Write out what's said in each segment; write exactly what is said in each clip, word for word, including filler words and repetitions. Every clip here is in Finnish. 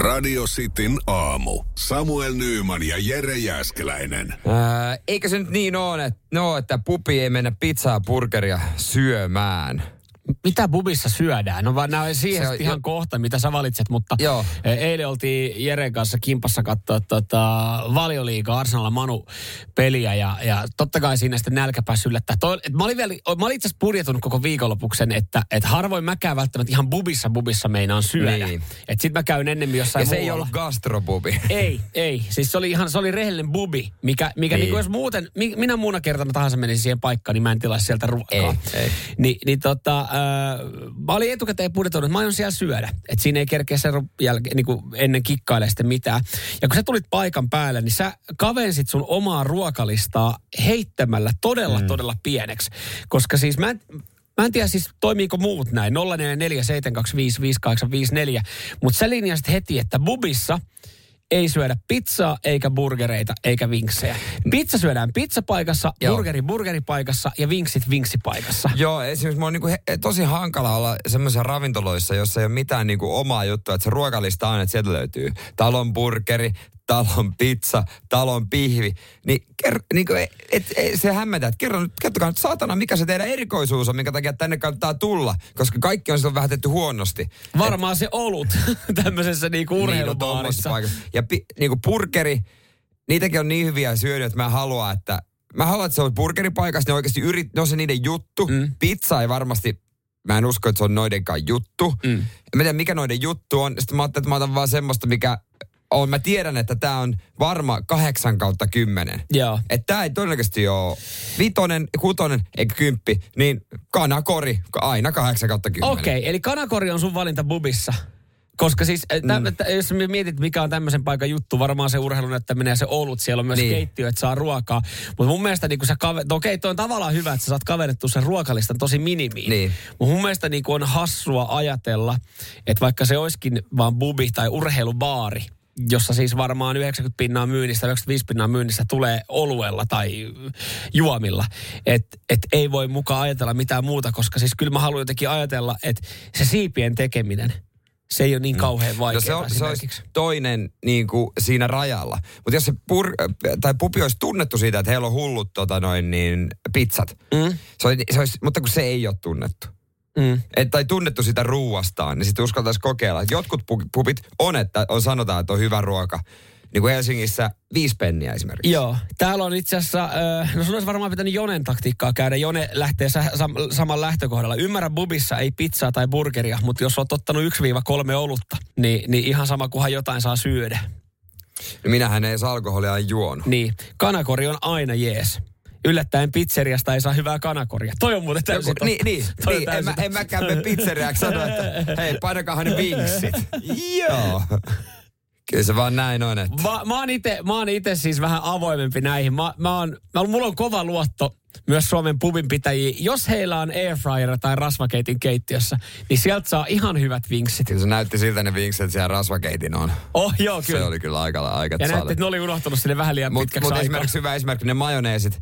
Radio Cityn aamu. Samuel Nyyman ja Jere Jääskeläinen. Ää, eikö se nyt niin ole, että, no, että pubi ei mennä pizzaa ja burgeria syömään? Mitä pubissa syödään? No vaan nämä on siihen on, ihan jo kohta, mitä sä valitset, mutta joo. Eilen oltiin Jeren kanssa kimpassa katsoa tota, Valioliigaa Arsenal Manu peliä ja, ja totta kai siinä sitten nälkä pääsi yllättää. Toi, et mä olin, vielä, mä olin itse asiassa budjetunut koko viikonlopuksen, että et harvoin mäkään välttämättä ihan bubissa bubissa meinaan syödä. Niin. Että sit mä käyn ennemmin jossain ja se muualla. Ei ollut gastrobubi. Ei, ei. Siis se oli ihan, se oli rehellinen bubi, mikä, mikä niin. Niin jos muuten, minä muuna kertana tahansa menisin siihen paikkaan, niin mä en tilaisi sieltä ruokaa. Ei, ei. Ni, niin tota... Mä olin etukäteen budjetoinut, että mä aion siellä syödä. Että siinä ei kerkeä sen jälkeen, niin kuin ennen kikkailee sitten mitään. Ja kun sä tulit paikan päälle, niin sä kavensit sun omaa ruokalistaa heittämällä todella, mm. todella pieneksi. Koska siis mä en, mä en tiedä siis toimiiko muut näin. nolla neljä neljä seitsemän kaksi viisi viisi kahdeksan viisi neljä. Mutta sä linjasit heti, että bubissa ei syödä pizzaa, eikä burgereita, eikä vinksejä. Pizza syödään pizzapaikassa, Joo. burgeri burgeripaikassa ja vinksit vinksipaikassa. Joo, esimerkiksi mulla on niinku he, tosi hankala olla semmoisissa ravintoloissa, jossa ei ole mitään niinku omaa juttua, että se ruokalista on, että sieltä löytyy talon burgeri, talon pizza, talon pihvi. Niin, ker, niinku, et, et, et, se hämmentää, että kerro nyt, katsokaa nyt saatana, mikä se teidän erikoisuus on, minkä takia tänne kannattaa tulla, koska kaikki on silloin vähätetty huonosti. Varmaan et, se olut tämmöisessä niinku urheilubaarissa. Niin, ja pi, niinku burgeri, niitäkin on niin hyviä syödä, että mä haluan, että mä haluan, että se on burgeripaikassa, ne oikeasti yrit, ne on se niiden juttu. Mm. Pizza ei varmasti, mä en usko, että se on noidenkaan juttu. Mm. En mä tiedä, mikä noiden juttu on. Sitten mä ajattelin, että mä otan vaan semmoista, mikä on. Mä tiedän, että tää on varma kahdeksan kautta kymmenen. Joo. Että tää ei todennäköisesti ole vitonen, kutonen eikä kymppi. Niin kanakori aina kahdeksan kautta kymmenen. Okei, okay, eli kanakori on sun valinta bubissa. Koska siis, täm, mm. jos mietit, mikä on tämmöisen paikan juttu, varmaan se urheilun näyttäminen ja se olut, siellä on myös niin. keittiö, että saa ruokaa. Mutta mun mielestä niin kun sä kaver... Okei, okay, toi on tavallaan hyvä, että sä saat kaverittua sen ruokalistan tosi minimiin. Niin. Mutta mun mielestä niin on hassua ajatella, että vaikka se olisikin vaan bubi tai urheilubaari, jossa siis varmaan yhdeksänkymmentä pinnaa myynnistä, yhdeksänkymmentäviisi pinnaa myynnistä tulee oluella tai juomilla. Että et ei voi mukaan ajatella mitään muuta, koska siis kyllä mä haluan jotenkin ajatella, että se siipien tekeminen, se ei ole niin kauhean vaikeaa. No se, on, se olisi toinen niin kuin siinä rajalla. Mutta jos se pur, tai pubi olisi tunnettu siitä, että heillä on hullut tota noin, niin, pizzat. Mm. Se olisi, se olisi, mutta kun se ei ole tunnettu. Mm. Et, tai tunnettu sitä ruuastaan, niin sitten uskaltaisi kokeilla. Jotkut pubit on, että on sanotaan, että on hyvä ruoka. Niin kuin Helsingissä viisi penniä esimerkiksi. Joo. Täällä on itse asiassa, äh, no sun olisi varmaan pitänyt Jonen taktiikkaa käydä. Jone lähtee sa- sam- saman lähtökohdalla. Ymmärrän, bubissa ei pizzaa tai burgeria, mutta jos olet ottanut yksi kolme olutta, niin, niin ihan sama kunhan jotain saa syödä. No minähän ei saa alkoholia juonut. Niin. Kanakori on aina jees. Yllättäen pizzeriasta ei saa hyvää kanakoria. Toi on muuten täysin totta. Niin, niin, niin. En, mä, en mäkään mene pizzeriaksi sanoa, että hei, painakahan ne vinksit. Joo. Kyllä se vaan näin on. Että. Mä, mä oon ite siis vähän avoimempi näihin. Mä, mä oon, mä, mulla on kova luotto myös Suomen pubinpitäjiin. Jos heillä on airfryer tai rasvakeitin keittiössä, niin sieltä saa ihan hyvät vinksit. Kyllä se näytti siltä ne vinksit, että siellä rasvakeitin on. Oh joo, kyllä. Se oli kyllä aika aika ja näytti, että ne oli unohtanut sinne vähän liian mut, pitkäksi mut aikaa. Mutta esimerkiksi hyvä esimerkki, ne majoneesit,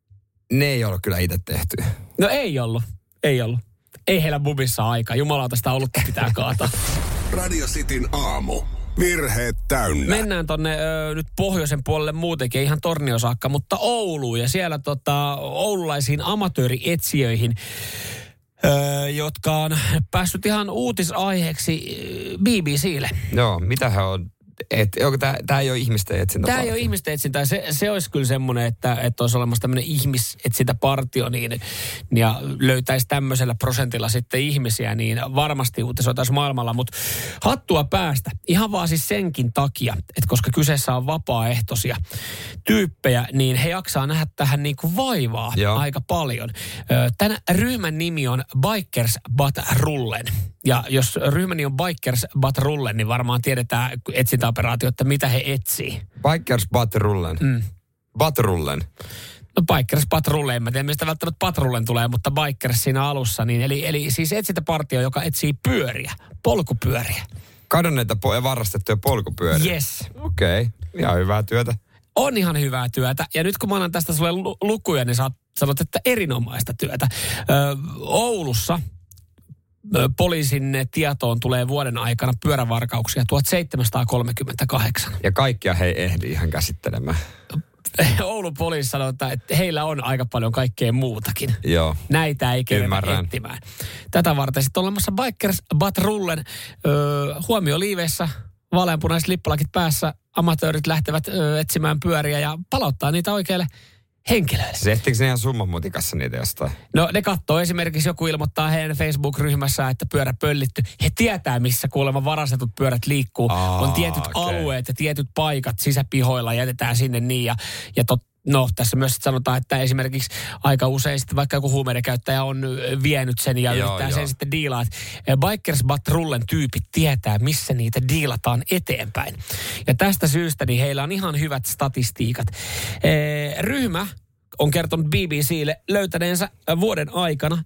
ne ei ollut kyllä itse tehty. No ei ollut, ei ollut. Ei heillä bubissa aikaa. Jumalauta, sitä olutta pitää kaataa. Radio Cityn aamu. Virheet täynnä. Mennään tonne ö, nyt pohjoisen puolelle muutenkin, ihan Tornio saakka, mutta Ouluun ja siellä tota, oululaisiin amatöörietsijöihin, ö, jotka on päässyt ihan uutisaiheeksi B B C:lle. Joo, mitä he on? Tämä ei ole ihmisten etsintä. Tämä ei ole ihmisten etsintä. Se, se olisi kyllä semmoinen, että, että olisi olemassa tämmöinen ihmisetsintäpartio niin, ja löytäisi tämmöisellä prosentilla sitten ihmisiä, niin varmasti uutisoitaisiin maailmalla. Mutta hattua päästä. Ihan vaan siis senkin takia, että koska kyseessä on vapaaehtoisia tyyppejä, niin he jaksaa nähdä tähän niin kuin vaivaa Joo. aika paljon. Tämän ryhmän nimi on Bikers But Rullen. Ja jos ryhmäni on Bikers But Rullen, niin varmaan tiedetään etsintäoperaatio, että mitä he etsii. Bikers But Rullen. Mm. But Rullen. No Bikers But Rullen. En tiedä, mistä välttämättä Patrullen tulee, mutta Bikers siinä alussa. Niin eli, eli siis etsintäpartio, joka etsii pyöriä, polkupyöriä. Kadonneita ja varastettuja polkupyöriä? Yes. Okei, okay. Ihan hyvää työtä. On ihan hyvää työtä. Ja nyt kun mä annan tästä sulle lukuja, niin sä sanot, että erinomaista työtä. Ö, Oulussa poliisin tietoon tulee vuoden aikana pyörävarkauksia tuhatseitsemänsataakolmekymmentäkahdeksan. Ja kaikkia he ei ehdi ihan käsittelemään. Oulun poliisi sanoo, että heillä on aika paljon kaikkea muutakin. Joo. Näitä ei kerätä etsimään. Tätä varten sitten on olemassa Bikers Batrullen öö, huomioliiveissä, vaaleanpunaiset lippalakit päässä. Amatöörit lähtevät öö, etsimään pyöriä ja palauttaa niitä oikeille henkilöille. Siis ehtiikö ne ihan summanmutikassa niitä jostain? No ne katsoo esimerkiksi, joku ilmoittaa heidän Facebook-ryhmässään, että pyörä pöllitty. He tietää, missä kuulemma varastetut pyörät liikkuu. Aa, on tietyt okay. alueet ja tietyt paikat sisäpihoilla, jätetään sinne niin. Ja, ja tot, no tässä myös sanotaan, että esimerkiksi aika usein sitten vaikka joku huumeiden käyttäjä on vienyt sen ja joo, yrittää joo. sen sitten diilaa. Bikers Batrullen tyypit tietää, missä niitä diilataan eteenpäin. Ja tästä syystä niin heillä on ihan hyvät statistiikat. Eh, ryhmä on kertonut B B C:lle löytäneensä vuoden aikana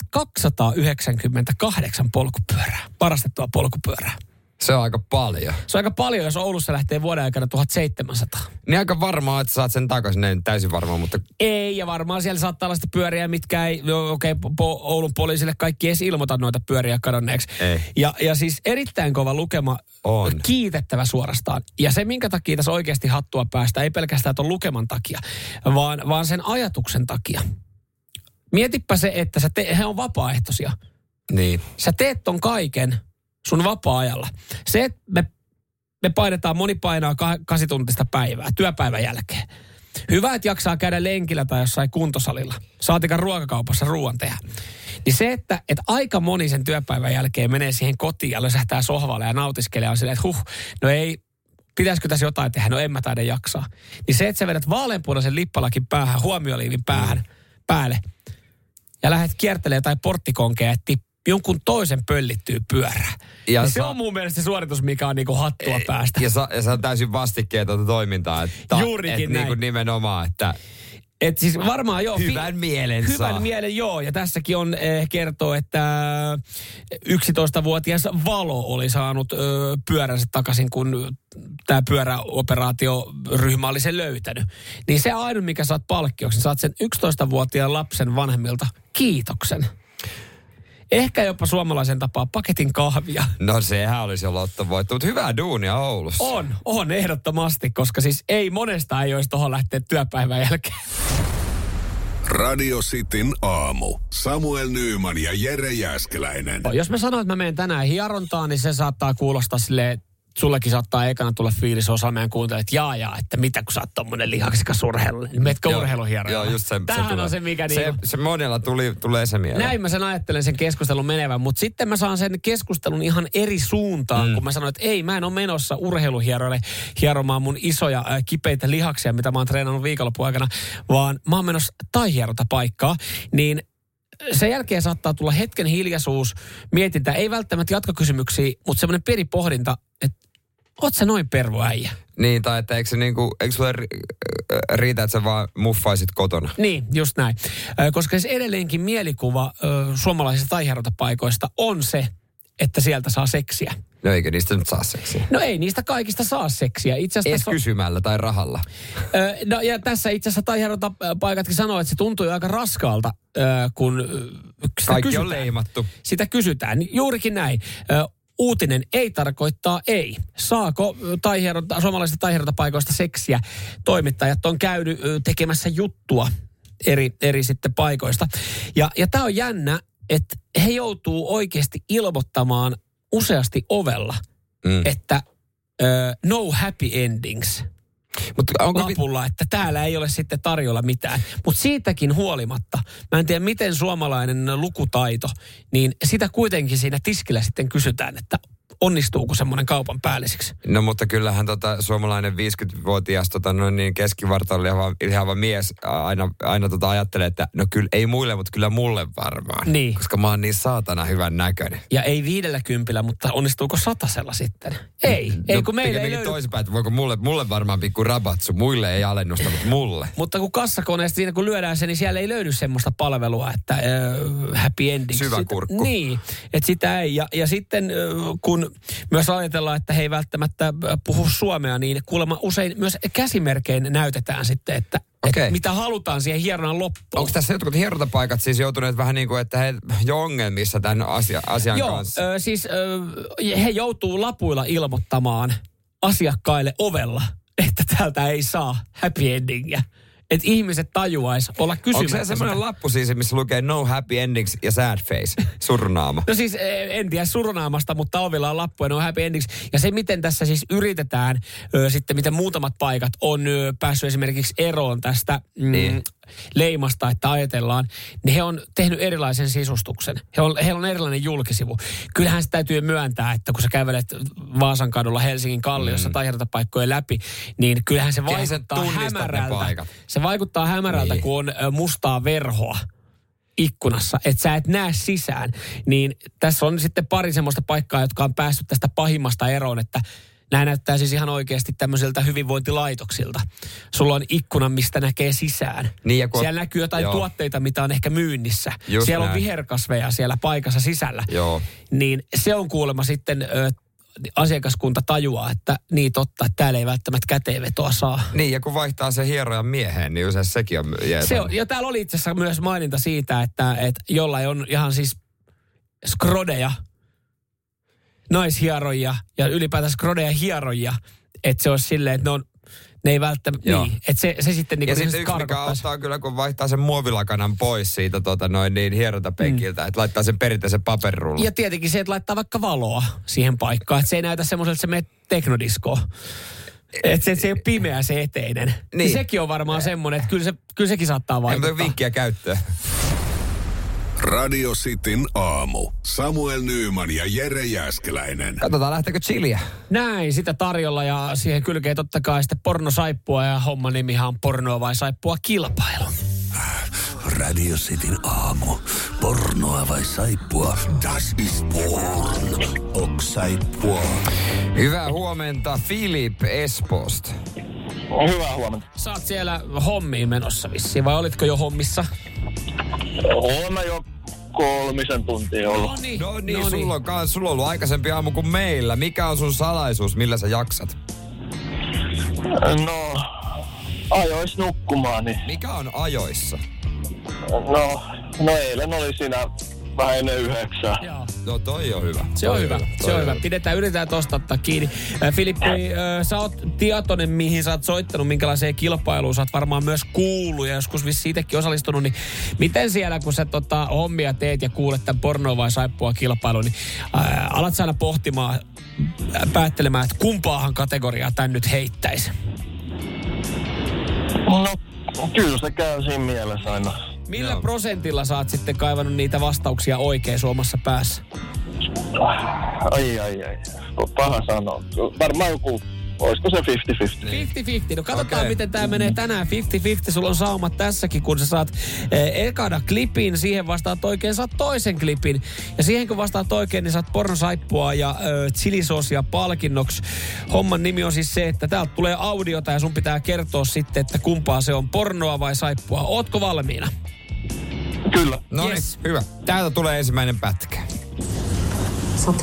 tuhatkaksisataayhdeksänkymmentäkahdeksan polkupyörää, varastettua polkupyörää. Se on aika paljon. Se on aika paljon, jos Oulussa lähtee vuoden aikana tuhatseitsemänsataa. Niin aika varmaa, että saat sen takaisin, ne täysin varmaa, mutta... Ei, ja varmaan siellä saattaa olla sitä pyöriä, mitkä ei, okei, okay, po- Oulun poliisille kaikki edes ilmoita noita pyöriä kadonneeksi. Ei. Ja, ja siis erittäin kova lukema, on. Kiitettävä suorastaan. Ja se, minkä takia tässä oikeasti hattua päästä, ei pelkästään tuon lukeman takia, vaan, vaan sen ajatuksen takia. Mietipä se, että sä te- he on vapaaehtoisia. Niin. Sä teet ton kaiken sun vapaa-ajalla. Se, että me, me painetaan, moni painaa kasituntista päivää, työpäivän jälkeen. Hyvä, että jaksaa käydä lenkillä tai jossain kuntosalilla. Saatikaan ruokakaupassa ruoan tehdä. Niin se, että, että aika moni sen työpäivän jälkeen menee siihen kotiin ja lösähtää sohvalle ja nautiskelee on silleen, että huh, no ei, pitäisikö tässä jotain tehdä, no en mä taida jaksaa. Niin se, että sä vedät vaaleanpunaisen lippalakin päähän, huomioliivin päähän, päälle ja lähdet kiertelemään tai porttikonkeja, että jonkun toisen pöllittyy pyörää. Ja niin sa- se on mun mielestä se suoritus, mikä on niinku hattua päästä. Ja, sa- ja se on täysin vastikkeetonta toimintaa. Että, juurikin et näin. Niinku nimenomaan, että... Et siis varmaan joo. Hyvän fi- mielen Hyvän saa. mielen joo. Ja tässäkin on eh, kertoo, että yksitoistavuotias Valo oli saanut ö, pyöränsä takaisin, kun tämä pyöräoperaatioryhmä oli sen löytänyt. Niin se ainut, mikä saat palkkioksi, saat sen yksitoistavuotiaan lapsen vanhemmilta kiitoksen. Ehkä jopa suomalaisen tapaa paketin kahvia. No sehän olisi jo lottovoitto, mutta hyvää duunia Oulussa. On, on ehdottomasti, koska siis ei monesta ei olisi tuohon lähteä työpäivän jälkeen. Radio Cityn aamu. Samuel Nyyman ja Jere Jääskeläinen. Jos mä sanon, että mä menen tänään hierontaan, niin se saattaa kuulostaa silleen, sullekin saattaa ekana tulla fiilis osa meidän kuuntelijat, että jaa jaa, että mitä kun sä oot tommonen lihaksikas urheilu, niin meetkö urheiluhieroja? Joo, just se. Tämähän se on se, mikä se, niin... Se monella tuli, tulee se mieleen. Näin mä sen ajattelen sen keskustelun menevän, mutta sitten mä saan sen keskustelun ihan eri suuntaan, mm. kun mä sanon, että ei, mä en ole menossa urheiluhieroille hieromaan mun isoja äh, kipeitä lihaksia, mitä mä oon treenannut viikonlopun aikana, vaan mä oon menossa tai-hierota paikkaa, niin sen jälkeen saattaa tulla hetken hiljaisuus, mietintä, ei välttämättä jatkokysymyksiä, mutta semmoinen pieni pohdinta, että oot sä noin pervoäijä? Niin, tai että eikö, niinku, eikö sulle riitä, että sä vaan muffaisit kotona? Niin, just näin. Koska siis edelleenkin mielikuva suomalaisista tai-hierontapaikoista on se, että sieltä saa seksiä. No eikö niistä nyt saa seksiä? No ei niistä kaikista saa seksiä. Itse Ees on... kysymällä tai rahalla. No ja tässä itse asiassa tai-hierontapaikatkin sanoo, että se tuntuu aika raskaalta, kun sitä kaikki kysytään. On leimattu. Sitä kysytään. Juurikin näin. Uutinen ei tarkoittaa ei. Saako tai-hieronta, suomalaisista tai-hierontapaikoista seksiä? Toimittajat on käynyt tekemässä juttua eri, eri sitten paikoista. Ja, ja tämä on jännä, että he joutuu oikeasti ilmoittamaan useasti ovella, mm. että uh, no happy endings. Mutta onko lapulla, että täällä ei ole sitten tarjolla mitään. Mutta siitäkin huolimatta, mä en tiedä miten suomalainen lukutaito, niin sitä kuitenkin siinä tiskillä sitten kysytään, että onnistuuko semmoinen kaupan päälliseksi? No mutta kyllähän tota, suomalainen viisikymmentävuotias tota, no niin keskivartalo lihava, lihava mies aina, aina tota, ajattelee, että no kyllä ei muille, mutta kyllä mulle varmaan. Niin. Koska mä oon niin saatana hyvän näköinen. Ja ei viidellä kympillä, mutta onnistuuko satasella sitten? Ei. No, ei kun meillä ei löydy. Toisinpäin, että voiko mulle, mulle varmaan pikku rabatsu, muille ei alennusta, mutta mulle. Mutta kun kassakoneesta siinä kun lyödään se, niin siellä ei löydy semmoista palvelua, että äh, happy ending. Syvä kurkku. Niin, että sitä ei. Ja, ja sitten äh, kun myös ajatellaan, että he ei välttämättä puhu suomea, niin kuulemma usein myös käsimerkein näytetään sitten, että, okay. että mitä halutaan siihen hieronnan loppuun. Onko tässä jotkut hierontapaikat siis joutuneet vähän niin kuin, että he jo ongelmissa tämän asia, asian Joo, kanssa? Joo, siis ö, he joutuu lapuilla ilmoittamaan asiakkaille ovella, että täältä ei saa happy endingiä. Että ihmiset tajuais olla kysymättä. Onko se semmoinen lappu siis, missä lukee no happy endings ja sad face, surnaama? No siis en tiedä surnaamasta, mutta ovilla on lappu ja no happy endings. Ja se, miten tässä siis yritetään, ö, sitten miten muutamat paikat on ö, päässyt esimerkiksi eroon tästä mm, niin. leimasta, että ajatellaan, niin he on tehnyt erilaisen sisustuksen. He on, heillä on erilainen julkisivu. Kyllähän se täytyy myöntää, että kun sä kävelet Vaasan kadulla Helsingin Kalliossa mm. tai hierontapaikkojen läpi, niin kyllähän se vaikuttaa hämärältä. Se vaikuttaa hämärältä, niin. kun on mustaa verhoa ikkunassa, että sä et näe sisään. Niin tässä on sitten pari semmoista paikkaa, jotka on päässyt tästä pahimmasta eroon, että nämä näyttää siis ihan oikeasti tämmöisiltä hyvinvointilaitoksilta. Sulla on ikkuna, mistä näkee sisään. Niin, kun, siellä näkyy jotain joo. tuotteita, mitä on ehkä myynnissä. Just siellä näin. On viherkasveja siellä paikassa sisällä. Joo. Niin se on kuulemma sitten... Ö, asiakaskunta tajuaa, että niin totta, että täällä ei välttämättä käteenvetoa saa. Niin, ja kun vaihtaa se hierojan mieheen, niin usein sekin on... Se on, ja täällä oli itse asiassa myös maininta siitä, että, että jollain on ihan siis skrodeja, naishieroja ja ylipäätään skrodeja hieroja, että se olisi silleen, että ne on ne ei välttämättä, niin. Että se, se sitten niin kuin... Ja sitten yksi, mikä auttaa kyllä, kun vaihtaa sen muovilakanan pois siitä tota noin niin hierontapenkiltä, mm. että laittaa sen perinteisen paperirullan. Ja tietenkin se, että laittaa vaikka valoa siihen paikkaan, että se ei näytä semmoiselta, että se menee teknodiskoon. Että se, se ei ole pimeä se eteinen. Niin. Sekin on varmaan semmoinen, että kyllä, se, kyllä sekin saattaa vaikuttaa. Ei, mutta vinkkiä käyttöön. Radio Cityn aamu. Samuel Nyyman ja Jere Jääskeläinen. Katsotaan, lähteekö chiliä? Näin, sitä tarjolla ja siihen kylkee totta kai sitten pornosaippua ja homman nimihan on pornoa vai saippua kilpailu. Radio Cityn aamu. Pornoa vai saippua? Das ist porn. Ok saippua. Hyvää huomenta, Filip Espoosta. Hyvää huomenta. Sä oot siellä hommiin menossa vissiin, vai olitko jo hommissa? Olen mä jo kolmisen tuntia ollut. No niin, no niin, no sulla, on, kans, sulla on ollut aikaisempi aamu kuin meillä. Mikä on sun salaisuus, millä sä jaksat? No, ajois nukkumaan. Niin. Mikä on ajoissa? No, no eilen oli siinä vähän ennen yhdeksää. Joo. No toi on hyvä. Se on hyvä. Se on hyvä. Pidetään, yritetään tosta ottaa kiinni. Äh, Filippi, äh, sä oot tietoinen, mihin sä oot soittanut, minkälaiseen kilpailuun sä oot varmaan myös kuullut ja joskus vissi itsekin osallistunut. Niin miten siellä, kun sä tota, hommia teet ja kuulet tämän pornoa vai saippua kilpailun, niin äh, alat sä aina pohtimaan, äh, päättelemään, että kumpaahan kategoriaa tän nyt heittäisi? No, kyllä se käy siinä mielessä aina. Millä Joo. prosentilla sä oot sitten kaivannut niitä vastauksia oikein suomassa päässä? Ai, ai, ai. Paha sanoa. Varmaan joku, olisiko se viisikymmentä viisikymmentä? viisikymmentä viisikymmentä. No katsotaan, okay. miten tää menee tänään. viisikymmentä viisikymmentä. Sulla on saumat tässäkin, kun sä saat eh, ekana klipin, siihen vastaat oikein, saat toisen klipin. Ja siihen kun vastaat oikein, niin saat pornosaippua ja eh, chilisoosia palkinnoksi. Homman nimi on siis se, että täältä tulee audiota ja sun pitää kertoa sitten, että kumpaa se on, pornoa vai saippua. Ootko valmiina? Kyllä. No yes. Niin, hyvä. Täältä tulee ensimmäinen pätkä. Santé.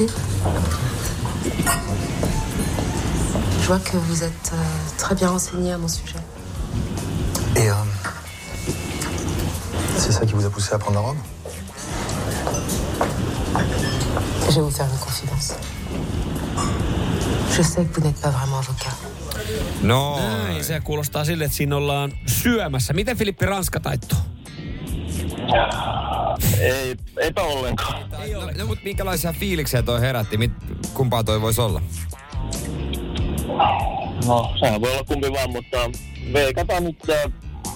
Je vois que vous êtes euh, très bien renseigné à mon sujet. Et euh, c'est ça qui vous a poussé à prendre la robe? Je vais vous faire une confidence. Je sais que vous n'êtes pas vraiment avocat. No. Näin, se kuulostaa sille, että siinä ollaan syömässä. Miten Filippi Ranska taittuu? Ei, eipä ollenkaan. Ei ole. No, no, mutta minkälaisia fiiliksiä toi herätti? Mit, kumpaa toi voisi olla? No, sehän voi olla kumpi vaan, mutta veikataan nyt äh,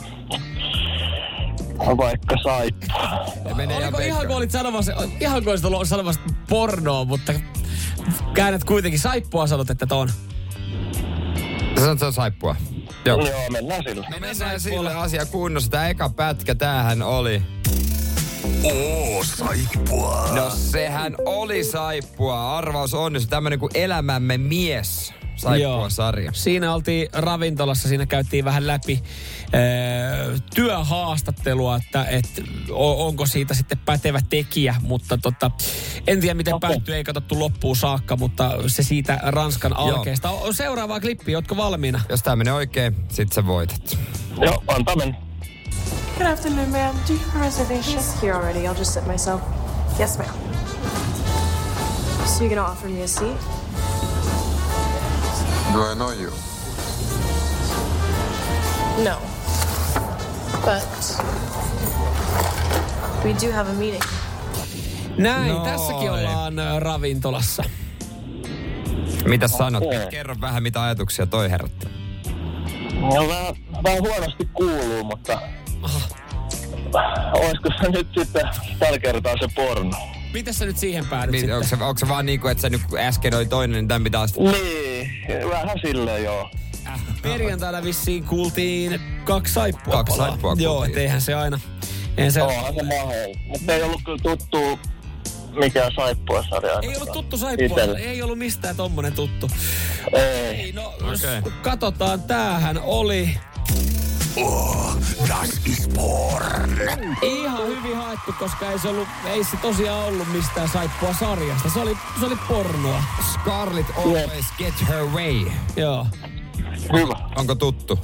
vaikka saippua. Oliko ihan kun olit sanomassa, ihan kun olisit ollut sanomassa pornoa, mutta käännät kuitenkin saippua, sanot, että on. Sä sanot, se on saippua. Joo. Joo, mennään sille. Me mennään sille asia kunnossa. Tää eka pätkä, tämähän oli... Oo, saippua. No sehän oli saippua. Arvaus onnistui. Tämmönen kuin elämämme mies. Saippua-sarja. Siinä oltiin ravintolassa, siinä käytiin vähän läpi öö, työhaastattelua, että et, onko siitä sitten pätevä tekijä, mutta tota, en tiedä miten okay. päättyy, ei katsottu loppuun saakka, mutta se siitä Ranskan alkeesta. Joo. Seuraavaa klippiä, ootko valmiina? Jos tää menee oikein, sit sä voitat. Joo, antaa mennä. Good afternoon, ma'am. Do you have a reservation? She's here already. I'll just sit myself. Yes, ma'am. So you're gonna offer me a seat? Do I know you? No. But we do have a meeting. Näin, Noin. tässäkin ollaan ö, ravintolassa. Mitä sanot? Okay. Kerro vähän, mitä ajatuksia toi herätti. No, vähän, vähän huonosti kuuluu, mutta olisiko se nyt sitten tällä kertaa se porno? Miten sä nyt siihen päädyt Mit, sitten? onko, se, onko se vaan niin kuin, että sä nyt äsken oli toinen, niin tämän pitää sitten... Niin, vähän silleen joo. Äh, perjantaina vissiin kuultiin kaksi saippua Kaksi palaa. saippua Joo, kuultiin. et eihän se aina... Eihän se, Onhan se mahdollista. Mutta ei ollut kyllä tuttu mikään saippua-sarja. ei ollut tuttu saippua, Itelle. ei ollut mistään tommonen tuttu. Ei. Ei, no Okei. okay. Katsotaan, tämähän oli... Oh, das ist porn. Ihan hyvin haettu, koska ei se, ollut, ei se tosiaan ollut mistään saippua sarjasta. Se oli, se oli pornoa. Scarlett always get her way. Joo. Hyvä. Onko tuttu?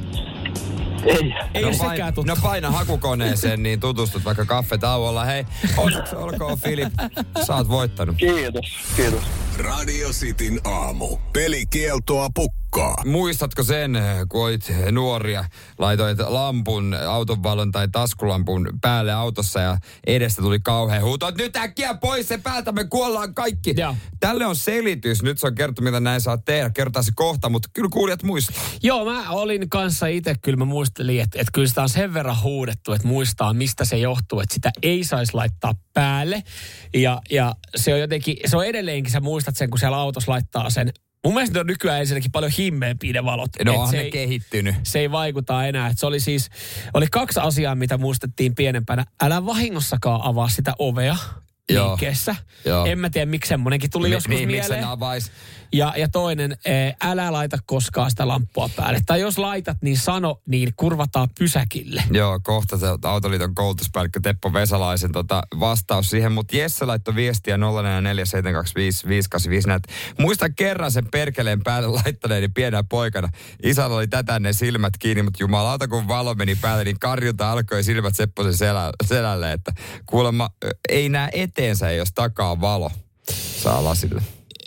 Ei. Ei no, ole pain, sekään tuttu. no paina hakukoneeseen, niin tutustut vaikka kaffetauolla. Hei, onneksi olkoon Filip, sä oot voittanut. Kiitos, kiitos. Radio Cityn aamu. Pelikieltoa pukkaa. Muistatko sen, kun olit nuoria, laitoit lampun, autonvalon tai taskulampun päälle autossa ja edestä tuli kauhean huuto, että nyt äkkiä pois se päältä, me kuollaan kaikki. Joo. Tälle on selitys, nyt se on kerrottu, mitä näin saa tehdä, kertaa se kohta, mutta kyllä kuulijat muistaa. Joo, mä olin kanssa itse, kyllä mä muistelin, että, että kyllä sitä on sen verran huudettu, että muistaa, mistä se johtuu, että sitä ei saisi laittaa päälle. Ja, ja se on jotenkin, se on edelleenkin, sä muistat sen, kun siellä autossa laittaa sen. Mun mielestä ne on nykyään ensinnäkin paljon himmeempiä ne valot. No Et on se ne ei, kehittynyt. se ei vaikuta enää. Et se oli siis, oli kaksi asiaa, mitä muistettiin pienempänä. Älä vahingossakaan avaa sitä ovea Joo. liikkeessä. Joo. En mä tiedä, miksi semmonenkin tuli Mi- joskus niin, miksi mieleen. ne avais? Ja, ja toinen, eh, älä laita koskaan sitä lamppua päälle. Tai jos laitat, niin sano, niin kurvataan pysäkille. Joo, kohta se Autoliiton koulutuspäällikkö Teppo Vesalaisen tota, vastaus siihen, mutta Jesse laittoi viestiä nolla neljä neljä seitsemän kaksi viisi viisi kahdeksan viisi näet. Muistan kerran sen perkeleen päälle laittaneeni pienenä poikana. Isällä oli tätänne silmät kiinni, mutta jumalauta kun valo meni päälle, niin karjunta alkoi silmät Sepposen selä, selälle, että kuulemma ei näe eteensä, jos takaa valo. Saa lasille.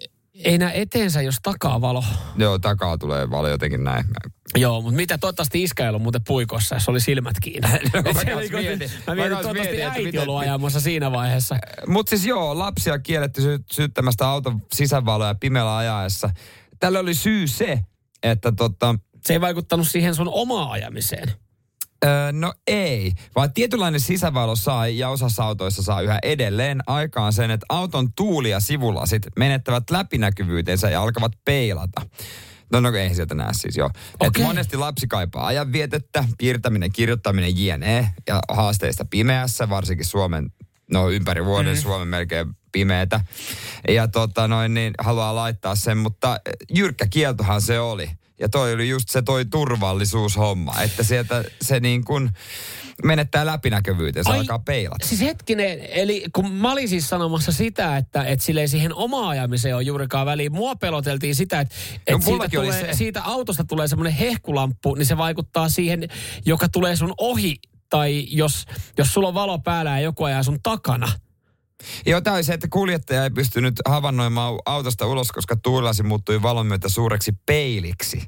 Ei näe eteensä, jos takaa valo. Joo, takaa tulee valo jotenkin näin. Joo, mutta mitä toivottavasti iskä ei ollut muuten puikossa, jos oli silmät kiinni. No, mä Se kans oli- mietin. Mä Mä mietin, kans toivottavasti mietin, että äiti miten- ollut ajamassa siinä vaiheessa. Mutta siis joo, lapsia kielletty sy- syttämästä auton sisävaloja pimeällä ajaessa. Tällä oli syy se, että tota, Se ei vaikuttanut siihen sun omaan ajamiseen. öö, no ei, vaan tietynlainen sisävalo saa ja osassa autoissa saa yhä edelleen aikaan sen, että auton tuuli ja sivulasit menettävät läpinäkyvyytensä ja alkavat peilata. No, no ei sieltä näe siis joo. Okay. Että monesti lapsi kaipaa ajanvietettä, piirtäminen, kirjoittaminen jne. Ja haasteista pimeässä, varsinkin Suomen, no ympäri vuoden mm. Suomen melkein pimeätä. Ja tota noin, niin haluaa laittaa sen, mutta jyrkkä kieltohan se oli. Ja toi oli just se toi turvallisuushomma, että sieltä se niin kuin menettää läpinäkyvyyteen, se Ai, alkaa peilata. Siis hetkinen, eli kun mä olin siis sanomassa sitä, että, että sille ei siihen omaan ajamiseen ole juurikaan väliin. Mua peloteltiin sitä, että, että No, siitä, mullakin oli tulee, se. siitä autosta tulee semmoinen hehkulamppu, niin se vaikuttaa siihen, joka tulee sun ohi. Tai jos, jos sulla on valo päällä ja joku ajaa sun takana. Joo, tämä oli se, että kuljettaja ei pystynyt havainnoimaan autosta ulos, koska tuulilasi muuttui valon myötä suureksi peiliksi.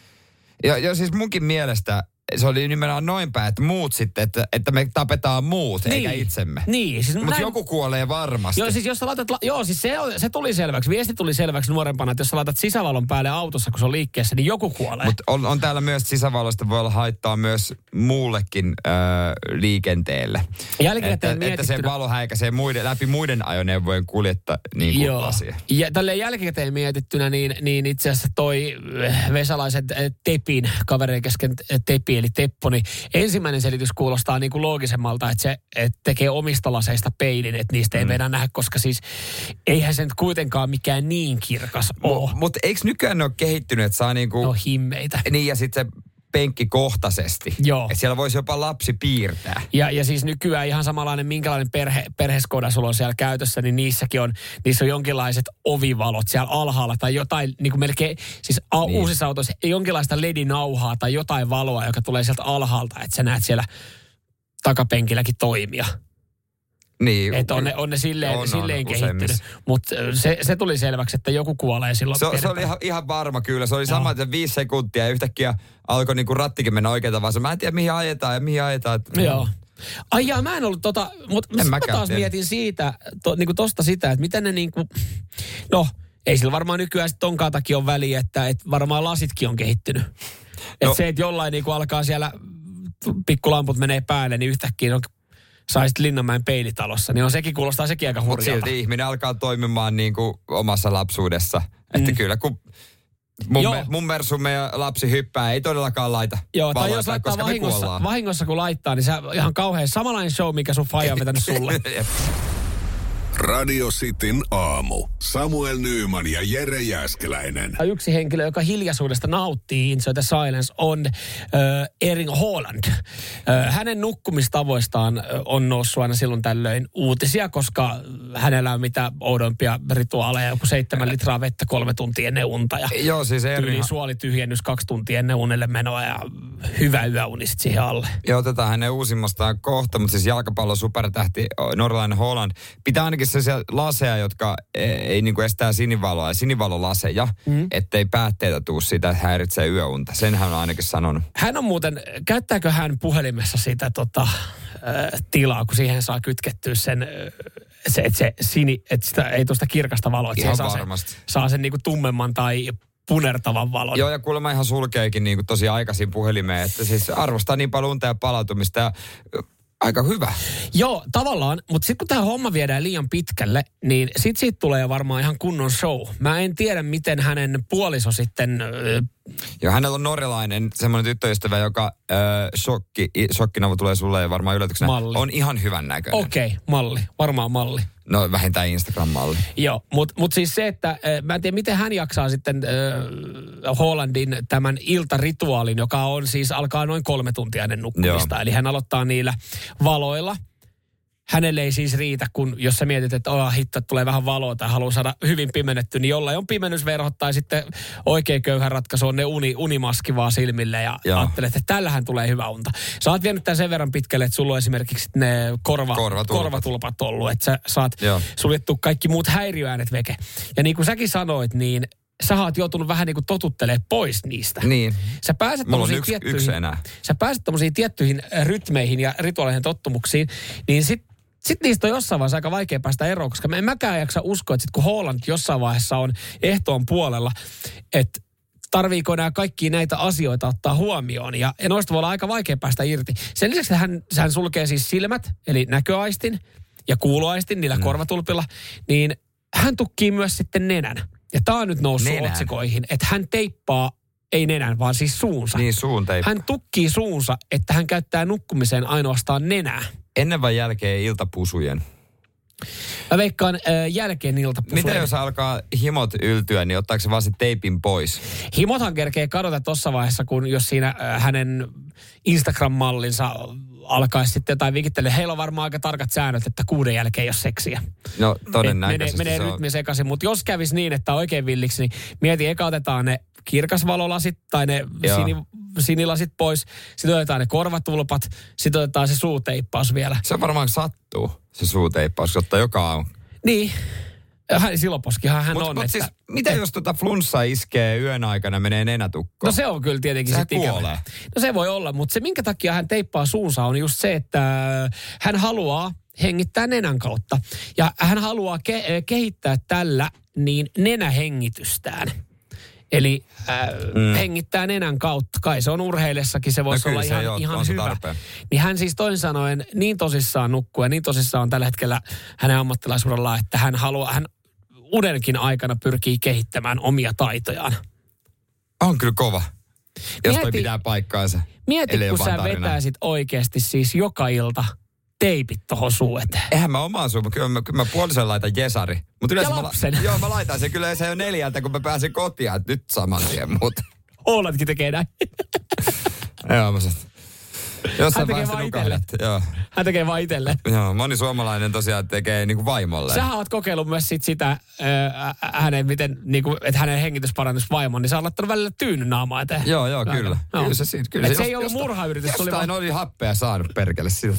Ja, ja siis munkin mielestä se oli nimenomaan noin päin, että muut sitten, että, että me tapetaan muut, niin. eikä itsemme. Niin. Siis Mutta näin- joku kuolee varmasti. Joo, siis jos sä laitat, la- joo, siis se, on- se tuli selväksi. Viesti tuli selväksi nuorempana, että jos sä laitat sisävalon päälle autossa, kun se on liikkeessä, niin joku kuolee. Mutta on, on täällä myös sisävaloista voi olla haittaa myös muullekin öö, liikenteelle. Jälkikäteen Että, että se mietittynä- valo häikäisee muiden, läpi muiden ajoneuvojen kuljetta niin kuin Joo. lasia. Ja tälleen jälkikäteen mietittynä, niin, niin itse asiassa toi eh, Vesalaisen eh, Tepin, kavereiden kesken eh, Tepin Teppi eli Teppo, niin ensimmäinen selitys kuulostaa niin kuin loogisemmalta, että se että tekee omista laseista peilin, että niistä ei mm. meidän nähdä, koska siis eihän se nyt kuitenkaan mikään niin kirkas ole. Mutta eikö nykyään ne ole kehittynyt, että saa niinku... No himmeitä. Niin ja sitten se penkkikohtaisesti. Joo. Että siellä voisi jopa lapsi piirtää. Ja, ja siis nykyään ihan samanlainen, minkälainen perhe, perheskoda sulla on siellä käytössä, niin niissäkin on, niissä on jonkinlaiset ovivalot siellä alhaalla tai jotain, niin kuin melkein, siis a, niin. uusissa autoissa jonkinlaista ledinauhaa tai jotain valoa, joka tulee sieltä alhaalta, että sä näet siellä takapenkilläkin toimia. Niin. Että on ne, on ne silleen, on, silleen on, kehittynyt. Mutta se, se tuli selväksi, että joku kuolee silloin. Se, se oli ihan, ihan varma kyllä. Se oli sama, että viisi sekuntia ja yhtäkkiä alkoi niinku rattikin mennä oikealta vaan. Mä en tiedä mihin ajetaan ja mihin ajetaan. Että... Joo. Ai jaa, mä en ollut tota, mutta mä taas tiedä. mietin siitä, to, niinku tosta sitä, että miten ne niinku, no ei sillä varmaan nykyään sit tonkaan takia on väliä, että et varmaan lasitkin on kehittynyt. No. Että se, että jollain niinku alkaa siellä pikkulamput menee päälle, niin yhtäkkiä on saisit Linnanmäen peilitalossa, niin on sekin, kuulostaa sekin aika hurjalta. Mutta silti ihminen alkaa toimimaan niin kuin omassa lapsuudessa. Mm. Että kyllä kun mun, me, mun mersumme ja lapsi hyppää, ei todellakaan laita Joo, tai valoita, jos laittaa vahingossa, vahingossa kun laittaa, niin se ihan kauhean samanlainen show, mikä sun faija on vetänyt sulle. Radio Cityn aamu. Samuel Nyyman ja Jere Jääskeläinen. Yksi henkilö, joka hiljaisuudesta nauttii, Enjoy the Silence, on äh, Erling Haaland. Äh, hänen nukkumistavoistaan on noussut aina silloin tällöin uutisia, koska hänellä on mitä oudompia rituaaleja, joku seitsemän litraa vettä kolme tuntia ennen unta. Ja joo, siis Erling... suolityhjennys kaksi tuntia ennen unelle menoa ja hyvä yöuni sit siihen alle. Joo, otetaan hänen uusimmastaan kohta, mutta siis jalkapallon supertähti norjalainen Haaland pitää ainakin sellaisia laseja, jotka ei, ei niin kuin estää sinivaloa ja sinivalolaseja, mm. ettei päätteitä tuu siitä, että häiritsee yöunta. Sen hän on ainakin sanonut. Hän on muuten, käyttääkö hän puhelimessa sitä tota, äh, tilaa, kun siihen saa kytkettyä sen, äh, se, että se sini, että sitä ei tuosta kirkasta valoa, että ihan saa varmasti. Sen, saa sen niin kuin tummemman tai punertavan valon. Joo, ja kuulemma ihan sulkeekin niin kuin tosi aikaisin puhelimeen, että siis arvostaa niin paljon unta ja palautumista ja aika hyvä. Joo, tavallaan, mutta sitten kun tämä homma viedään liian pitkälle, niin sitten siitä tulee varmaan ihan kunnon show. Mä en tiedä, miten hänen puoliso sitten... Öö... Joo, hänellä on norjalainen semmoinen tyttöystävä, joka öö, shokki, shokkina tulee sulle ja varmaan yllätyksenä, malli. On ihan hyvän näköinen. Okei, okay, malli, varmaan malli. No vähintään Instagram-malli. Joo, mutta mut siis se, että äh, mä en tiedä, miten hän jaksaa sitten äh, Haalandin tämän iltarituaalin, joka on siis alkaa noin kolme tuntia ennen nukkumista. Joo. Eli hän aloittaa niillä valoilla. Hänelle ei siis riitä, kun jos sä mietit, että oh, hitto, tulee vähän valoa tai haluaa saada hyvin pimennetty, niin jollain on pimennysverhot tai sitten oikein köyhä ratkaisu on ne uni, unimaski vaan silmille ja Joo. ajattelet, että tällähän tulee hyvä unta. Sä oot vienyt tämän sen verran pitkälle, että sulla on esimerkiksi ne korva, korvatulpat. korvatulpat ollut, että sä saat Joo. suljettu kaikki muut häiriöäänet veke. Ja niin kuin säkin sanoit, niin sä oot joutunut vähän niin kuin totuttelemaan pois niistä. Niin. Sä pääset Mulla on yksi, yksi enää. Sä pääset tommosiin tiettyihin rytmeihin ja rituaaleihin tottumuksiin, niin sit Sitten niistä on jossain vaiheessa aika vaikea päästä eroon, koska mä en mäkään jaksa uskoa, että sit kun Haaland jossain vaiheessa on ehtoon puolella, että tarviiko nämä kaikkia näitä asioita ottaa huomioon. Ja, ja noista voi olla aika vaikea päästä irti. Sen lisäksi hän, hän sulkee siis silmät, eli näköaistin ja kuuloaistin niillä mm. korvatulpilla, niin hän tukkii myös sitten nenän. Ja tää on nyt noussut nenän. otsikoihin, että hän teippaa, ei nenän, vaan siis suunsa. Niin, suun teippaa. Hän tukkii suunsa, että hän käyttää nukkumiseen ainoastaan nenää. Ennen vai jälkeen iltapusujen? Mä veikkaan äh, jälkeen iltapusujen. Mitä jos alkaa himot yltyä, niin ottaako se vaan se teipin pois? Himothan kerkee kadota tuossa vaiheessa, kun jos siinä äh, hänen Instagram-mallinsa alkaisi sitten jotain vikittelyä. Heillä on varmaan aika tarkat säännöt, että kuuden jälkeen ei ole seksiä. No todennäköisesti. Menee, menee rytmi sekaisin, mutta jos kävisi niin, että oikein villiksi, niin mieti, eka otetaan ne kirkasvalolasit tai ne sini, sinilasit pois. Sitten otetaan ne korvatulpat, sitten otetaan se suuteippaus vielä. Se varmaan sattuu, se suuteippaus, ottaa joka aamu. Niin. Hän, Siloposkihan hän mut, on. Mutta että, siis, mitä jos tuota flunssa iskee yön aikana, menee nenätukkoon? No se on kyllä tietenkin se sitten ikävä. No se voi olla, mutta se minkä takia hän teippaa suunsa on just se, että hän haluaa hengittää nenän kautta. Ja hän haluaa ke- kehittää tällä niin nenähengitystään. Eli äh, mm. hengittää nenän kautta. Kai se on urheilessakin, se voisi no olla ihan, jo, ihan hyvä. Tarpeen. Niin hän siis toisin sanoen niin tosissaan nukkuu ja niin tosissaan on tällä hetkellä hänen ammattilaisuudellaan, että hän haluaa, hän unenkin aikana pyrkii kehittämään omia taitojaan. On kyllä kova. Jos toi pitää paikkaansa. Mieti, kun sä vetäisit oikeasti siis joka ilta teipit tohon suu eteen. Eihän mä omaan suun, kyllä mä, kyllä mä puolison laitan jesari. Mut ja lapsen. Mä, joo, mä laitan sen kyllä se jo neljältä, kun mä pääsen kotiin, että nyt saman tien muuta. Oulatkin tekee näin. Joo, mä sanon. Hän tekee vaan itelle. Joo. Hän tekee vaan itelle. Joo, moni suomalainen tosiaan tekee niinku vaimolle. Sähän oot kokeillut myös sit sitä, äh, hänen, miten, niinku, että hänen hengitys parantuisi vaimon, niin sä oot laittanut välillä tyynyn naamaa eteen. Joo, joo, kyllä. No. Kyllä se siitä. Kyllä se, se ei ollut murhayritys. Jostain oli, oli happea saanut perkele siltä.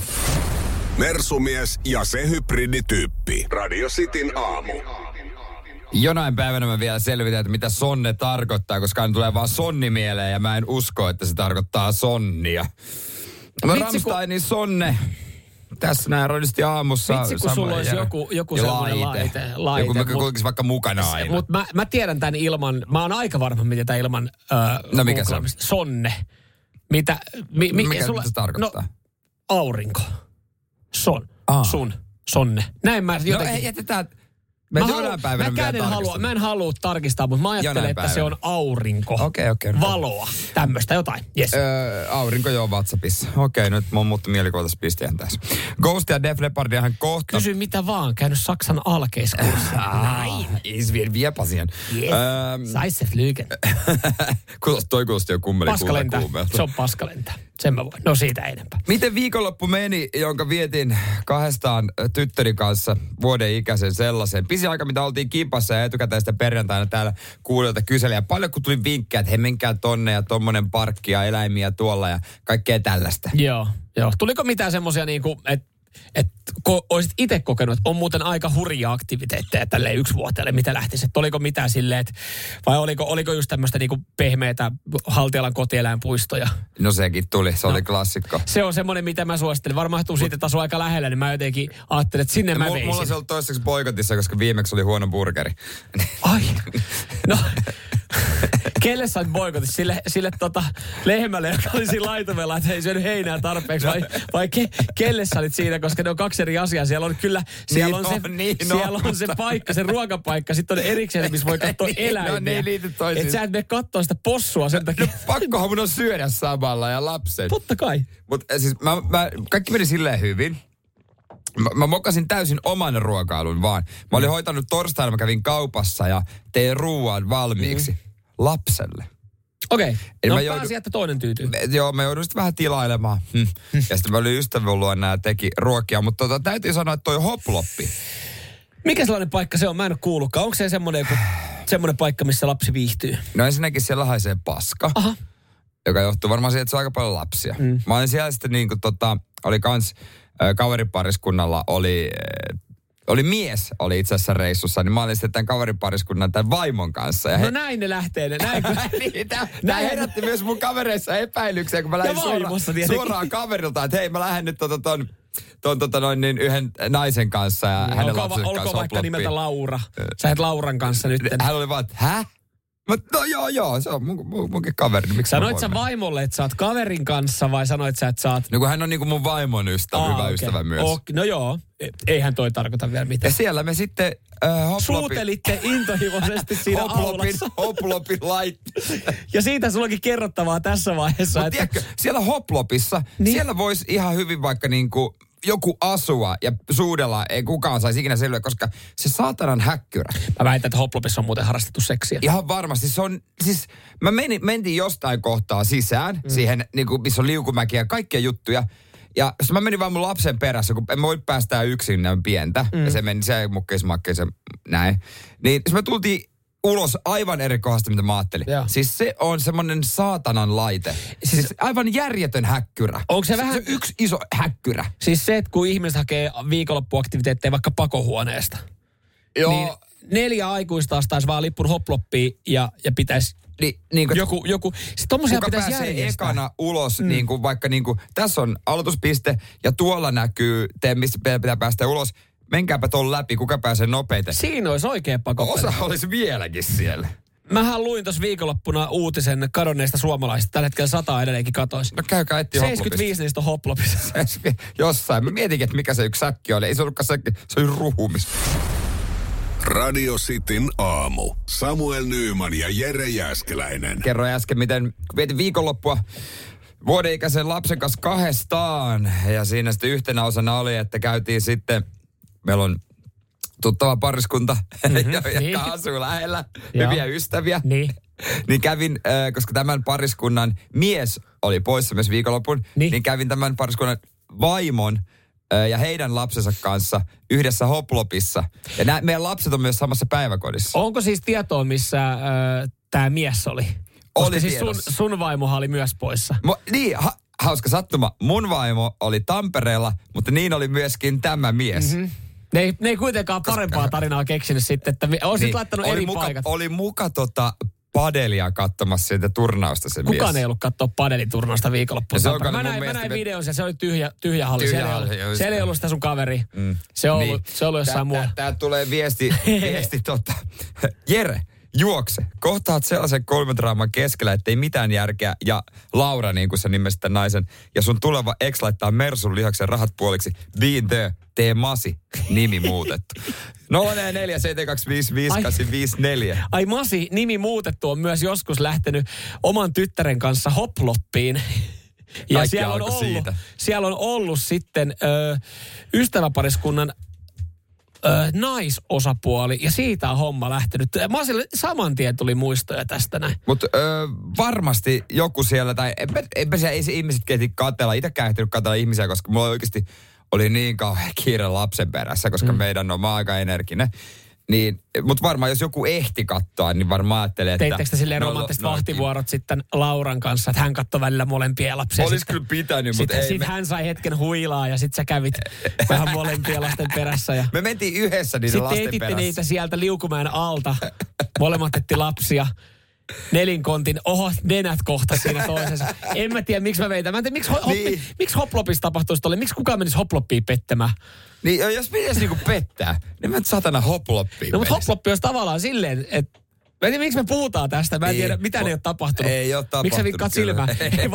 Mersumies ja se hybridityyppi. Radio Cityn aamu. Jonain päivänä mä vielä selvitän, että mitä sonne tarkoittaa, koska aina tulee vaan sonni mieleen ja mä en usko, että se tarkoittaa sonnia. No Rammsteinin kun... sonne. Tässä näin radisti aamussa. Vitsi, kun sulla olisi joku, joku sellainen laite. laite joku, mikä kulkisi vaikka mukana aina. Mutta mä, mä tiedän tämän ilman, mä oon aika varma, miten tämä ilman... Äh, no mikä se on? Sonne. Mitä, mi, mi, mikä sulla, se tarkoittaa? No, aurinko. Son. Aa. Sun. Sonne. Näin mä jotenkin... No ei, jätetään... Mä, mä, halu, mä, en halua, mä en halua tarkistaa, mutta mä ajattelen, että päivänä. Se on aurinko. Okei, okei. Valoa. Tämmöistä jotain. Yes. Öö, aurinko joo WhatsAppissa. Okei, nyt mä oon muuttu mielikuvitus pisteen tässä. Ghost ja Def Leppardiahan kohta... Kysy mitä vaan. Käynyt Saksan alkeiskurssin. Näin. Is wir wir passieren. Yes. Ähm, Saisse flygen. Toi kuulosti jo kummeli paskalenta. Se on paskalenta. Sen mä voin. No siitä enempää. Miten viikonloppu meni, jonka vietin kahdestaan tyttöni kanssa vuoden ikäisen sellaisen? Pisi aika, mitä oltiin kimpassa ja etukäteen sitä perjantaina täällä kuulijoilta kyseli. Ja paljon kun tuli vinkkejä, että he menkää tonne ja tommonen parkki ja eläimiä tuolla ja kaikkea tällaista. Joo, joo. Tuliko mitään semmosia niinku, että et, ko, olisit itse kokenut, että on muuten aika hurjia aktiviteetteja tälleen yksivuotiaille, mitä lähtisi? Että oliko mitään silleen, että, vai oliko, oliko just tämmöistä niinku pehmeätä Haltialan kotieläinpuistoja? No sekin tuli, se no, oli klassikko. Se on semmoinen, mitä mä suosittelen. Varmaan tuu siitä, että asuu aika lähellä, niin mä jotenkin ajattelin, että sinne mä mulla, veisin. Mulla se oli toistaiseksi boikotissa, koska viimeksi oli huono burgeri. Ai, no... Kelle sä olet boikotissa? Sille, sille tota lehmälle, joka oli siinä laitumella, että ei syönyt heinää tarpeeksi, vai, vai ke, kelle sä olit siinä, koska ne on kaksi eri asiaa. Siellä on kyllä, siellä niin on, se, on, niin siellä on, on se paikka, se ruokapaikka, sitten on erikseen, missä voi katsoa eläimiä. No niin, liity toisiin. Että sä et mene katsoa sitä possua sen takia. No pakkohan mun on syödä samalla ja lapset. Totta kai. Mutta siis mä, mä, kaikki meni silleen hyvin. Mä, mä mokasin täysin oman ruokailun vaan. Mä olin hoitanut torstaina, mä kävin kaupassa ja tein ruuan valmiiksi. Mm. Lapselle. Okei. Okay. No joudun, pääsi, että toinen tyytyy. Me, joo, mä joudun sitten vähän tilailemaan. Hm. Ja sitten mä olin ystävän luona ja teki ruokia. Mutta tota, täytyy sanoa, että toi hoploppi. Mikä sellainen paikka se on? Mä en ole kuullutkaan. Onko se semmoinen, semmoinen paikka, missä lapsi viihtyy? No ensinnäkin siellä haisee paska. Aha. Joka johtuu varmaan siitä, että se on aika paljon lapsia. Mm. Mä olin siellä sitten niin kuin tota, oli kans äh, kaveripariskunnalla oli... Äh, Oli mies, oli itse asiassa reissussa, niin mä olin sitten tämän kaveripariskunnan tämän vaimon kanssa. Ja no he... näin ne lähtee. Ne, näin, niin, tämä, tämä herätti myös mun kavereissa epäilyksiä, kun mä lähdin suoraan, suoraan kaverilta, että hei mä lähden nyt tota ton, ton, tota noin niin yhden naisen kanssa ja no, hänen olko, lapsensa kanssa. Olko vaikka nimeltä Laura? Sä et Lauran kanssa nyt. Hän oli vaan, että hä? No joo, joo, se on mun, mun, munkin kaveri. Miksi sanoit sä vaimolle, että sä oot kaverin kanssa vai sanoit sä, että sä oot... No kun hän on niinku mun vaimon ystävä, Aa, hyvä okay. ystävä myös. Okay. No joo, eihän toi tarkoita vielä mitään. Ja siellä me sitten äh, hoplopin... Suutelitte intohimoisesti siinä aulassa. Hoplopin laitti. Ja siitä sulla onkin kerrottavaa tässä vaiheessa. Mutta että... tiedätkö, siellä hoplopissa, niin. Siellä voisi ihan hyvin vaikka niinku... joku asua ja suudella ei kukaan saisi ikinä selvä, koska se saatanan häkkyrä. Mä väitän, että hoplopissa on muuten harrastettu seksiä. Ihan varmasti. Se on, siis mä menin, mentiin jostain kohtaa sisään, mm. siihen, niin kuin, missä on liukumäkiä ja kaikkia juttuja. Ja mä menin vaan mun lapsen perässä, kun en voi päästää yksin, ne on pientä. Mm. Ja se meni, se mukkeis, makkeis ja näin. Niin me tultiin ulos aivan eri kohdasta, mitä mä ajattelin. Ja. Siis se on semmoinen saatanan laite. Siis, siis aivan järjetön häkkyrä. Onko se, se vähän... Se on yksi iso häkkyrä. Siis se, että kun ihmiset hakee viikonloppuaktiviteetteja vaikka pakohuoneesta. Joo. Niin neljä aikuista astaisi vaan lippun hoploppiin ja, ja pitäisi... Ni, niin kuin, joku, joku, siis tommosia pitäisi pääsee järjestää. ekana ulos, mm. niin kuin vaikka niin kuin, tässä on aloituspiste ja tuolla näkyy, te, mistä pitää päästä ulos. Menkääpä tuon läpi, kuka pääsee nopeiten. Siinä olisi oikein pakopeli. Osa olisi vieläkin siellä. Mähän luin tuossa viikonloppuna uutisen kadonneista suomalaisista. Tällä hetkellä sata edelleenkin katoisi. No käykää etsiä hoplopista. seitsemänkymmentäviisi niistä on hoplopissa. Jossain. Mä mietinkin, että mikä se yksi säkki oli. Ei se ollutkaan säkki, se oli ruhumis. Radio Cityn aamu. Samuel Nyyman ja Jere Jääskeläinen. Kerroin äsken, miten vietin viikonloppua vuodenikäisen lapsen kanssa kahdestaan. Ja siinä sitten yhtenä osana oli, että käytiin sitten, meillä on tuttava pariskunta, mm-hmm, jotka niin. asuu lähellä, hyviä ystäviä. Niin. Niin kävin, äh, koska tämän pariskunnan mies oli poissa myös viikonlopun, niin, niin kävin tämän pariskunnan vaimon äh, ja heidän lapsensa kanssa yhdessä Hoplopissa. Ja nää, meidän lapset on myös samassa päiväkodissa. Onko siis tietoa, missä äh, tämä mies oli? Koska Oli siis sun, sun vaimohan oli myös poissa. Mo, niin, ha, hauska sattuma. Mun vaimo oli Tampereella, mutta niin oli myöskin tämä mies. Mm-hmm. Ne ei, ne ei kuitenkaan parempaa Koska, tarinaa keksinyt sitten, että olisit niin, laittanut eri muka, paikat. Oli muka tota padelia katsomassa siitä turnausta se Kukaan mies. ei ollut katsoa padeliturnausta viikonloppuun. Mä näin, mä näin me... videon ja se oli tyhjä, tyhjä halli. Tyhjä siellä, halli ei ollut, siellä ei ollut sitä sun kaveri. Mm. Se, on niin. ollut, se on ollut jossain muualla. Täältä tulee viesti, viesti tota. Jere, juokse. Kohtaat sellaisen kolmedraaman keskellä, ettei mitään järkeä. Ja Laura, niin kuin sä nimesit tämän naisen. Ja sun tuleva ex laittaa Mersun lihaksen rahat puoliksi. Being the, tee Masi. Nimi muutettu. nolla neljä seitsemän kaksi viisi viisi kahdeksan viisi neljä. Ai Masi, nimi muutettu, on myös joskus lähtenyt oman tyttären kanssa hoploppiin. Ja siellä on, ollut, siitä. siellä on ollut sitten ö, ystäväpariskunnan ö, naisosapuoli, ja siitä on homma lähtenyt. Masille saman tien tuli muistoja tästä näin. Mutta varmasti joku siellä, tai enpä, enpä siellä, ei se ihmiset kehti katsella. Itsekään ehtinyt katsella ihmisiä, koska mulla oikeasti oli niin kauhean kiire lapsen perässä, koska mm. meidän on aika energinen. Niin, mutta varmaan jos joku ehti katsoa, niin varmaan ajattelee, että... Teittekö te silleen romanttiset no, vahtivuorot no, sitten Lauran kanssa, että hän katsoi välillä molempia lapsia? Olisi kyllä pitänyt, mutta sitten, ei... Sitten me... hän sai hetken huilaa ja sitten sä kävit vähän molempia lasten perässä. Ja... Me mentiin yhdessä niiden sitten lasten perässä. Sitten niitä sieltä Liukumäen alta. Molemmat etti lapsia. Nelinkontin, oho, nenät kohta siinä toisessa. En mä tiedä, miksi mä veitän. Mä en tiedä, miksi, ho- niin. miksi Hoplopissa tapahtuisi tolle? Miksi kukaan menisi Hoploppiin pettämään? Niin, jos pitäisi niinku pettää, niin mä et satana Hoploppiin. No, mutta Hoploppi olisi tavallaan silleen, että... Mä en tiedä, miksi me puhutaan tästä. Mä en tiedä, mitä ne ei ole tapahtunut. Ei ole tapahtunut. Miksi sä vikkaat silmää?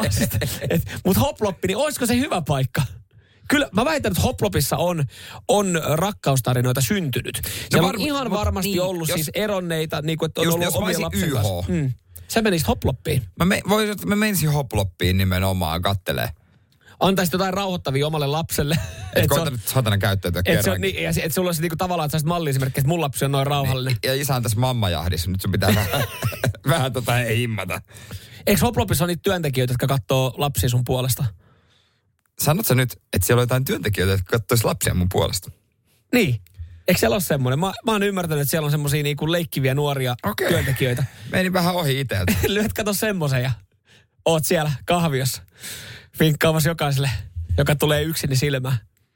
Mutta Hoploppi, niin olisiko se hyvä paikka? Kyllä, mä väitän, että Hoplopissa on, on rakkaustarinoita syntynyt. Siellä no var, on ihan mut, varmasti niin, ollut jos, siis eronneita, niin kuin, että on just, ollut jos omia lapsen kanssa. Mm. Sä menisit Hoploppiin. Mä, me, vois, mä menisin Hoploppiin nimenomaan kattelee. Antaisit jotain rauhoittavia omalle lapselle. Et, et koita nyt satana käyttäytyä kerran. Niin, ja että sulla olisi niinku tavallaan, että sä olisit malliesimerkki, että mun lapsi on noin rauhallinen. Ja isä on tässä mammajahdissa. Nyt sun pitää vähän, vähän tota himmata. Eikö Hoplopissa ole niitä työntekijöitä, jotka katsoo lapsia sun puolesta? Sanot sä nyt, että siellä on jotain työntekijöitä, jotka katsoisi lapsia mun puolesta? Niin. Eikö siellä ole semmoinen? Mä, mä oon ymmärtänyt, että siellä on semmosia niinku leikkiviä nuoria okay. työntekijöitä. Menin vähän ohi iteltä. Lyöt kato semmoisen ja oot siellä kahviossa vinkkaamassa jokaiselle, joka tulee yksin silmään.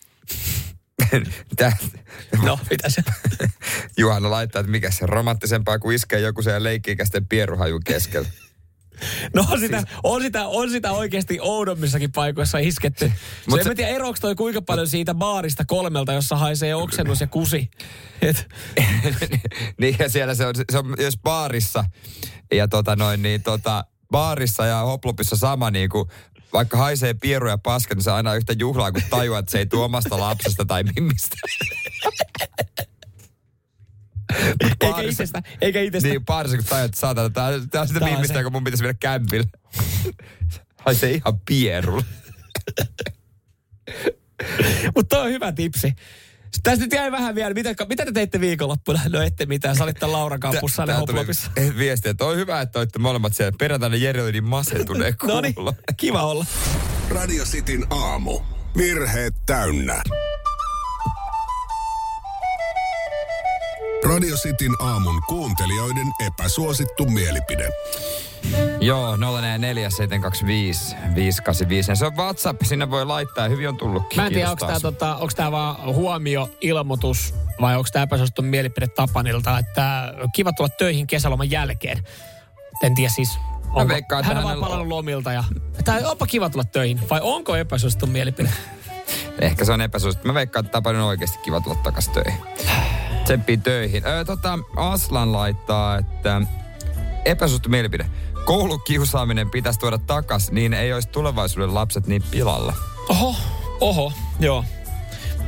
Tää, no, mitä se? Juhana laittaa, että mikä se romanttisempaa kuin iskee joku sen leikki-ikäisten pieruhajun keskellä. No on sitä, siis... on sitä, on sitä oikeasti oudommissakin paikoissa isketty. Mut se, en tiedä, eroako toi kuinka paljon siitä baarista kolmelta, jossa haisee oksennus ja kusi. Et. Niin ja siellä se on, se on jos baarissa ja tota noin niin tota baarissa ja Hoplopissa sama niin kuin vaikka haisee pieru ja paska, niin se on aina yhtä juhlaa, kun tajuaa, että se ei tuo omasta lapsesta tai mimmistä. Eikä itsestä, eikä itsestä. Niin, baarissa, kun tajuaa, että saatana, tää, tää on sitä tää mimmistä, joka mun pitäisi viedä kämpillä. Haisee ihan pierulla. Mutta toi on hyvä tipsi. Tästä nyt jäi vähän vielä. Mitä, mitä te teitte viikonloppuna? No ette mitään. Sä olit tämän Lauran kampussaille Hoplopissa. Viesti, että on hyvä, että olitte molemmat siellä. Perjantaina Jere oli niin masentuneen kuulla. No niin, kiva olla. Radio Cityn aamu. Virheet täynnä. Radio Cityn aamun kuuntelijoiden epäsuosittu mielipide. Joo, nolla neljä seitsemän kaksi viisi viisi kahdeksan viisi. Se on WhatsApp, sinne voi laittaa ja hyvin on tullutkin. Mä en tiedä, onko tämä tota, vaan huomio, ilmoitus vai onko tämä epäsuosittu mielipide Tapanilta, että kiva tulla töihin kesäloman jälkeen. En tiedä siis, onko, veikkaan, hän on vaan palannut lomilta ja tai onpa kiva tulla töihin vai onko epäsuosittu mielipide? Ehkä se on epäsuosittu. Mä veikkaan, että Tapanin on oikeasti kiva tulla takaisin töihin. Tsemppii töihin. Öö, tota, Aslan laittaa, että epäsuosittu mielipide. Koulukiusaaminen pitäisi tuoda takas, niin ei olisi tulevaisuuden lapset niin pilalla. Oho, oho, joo.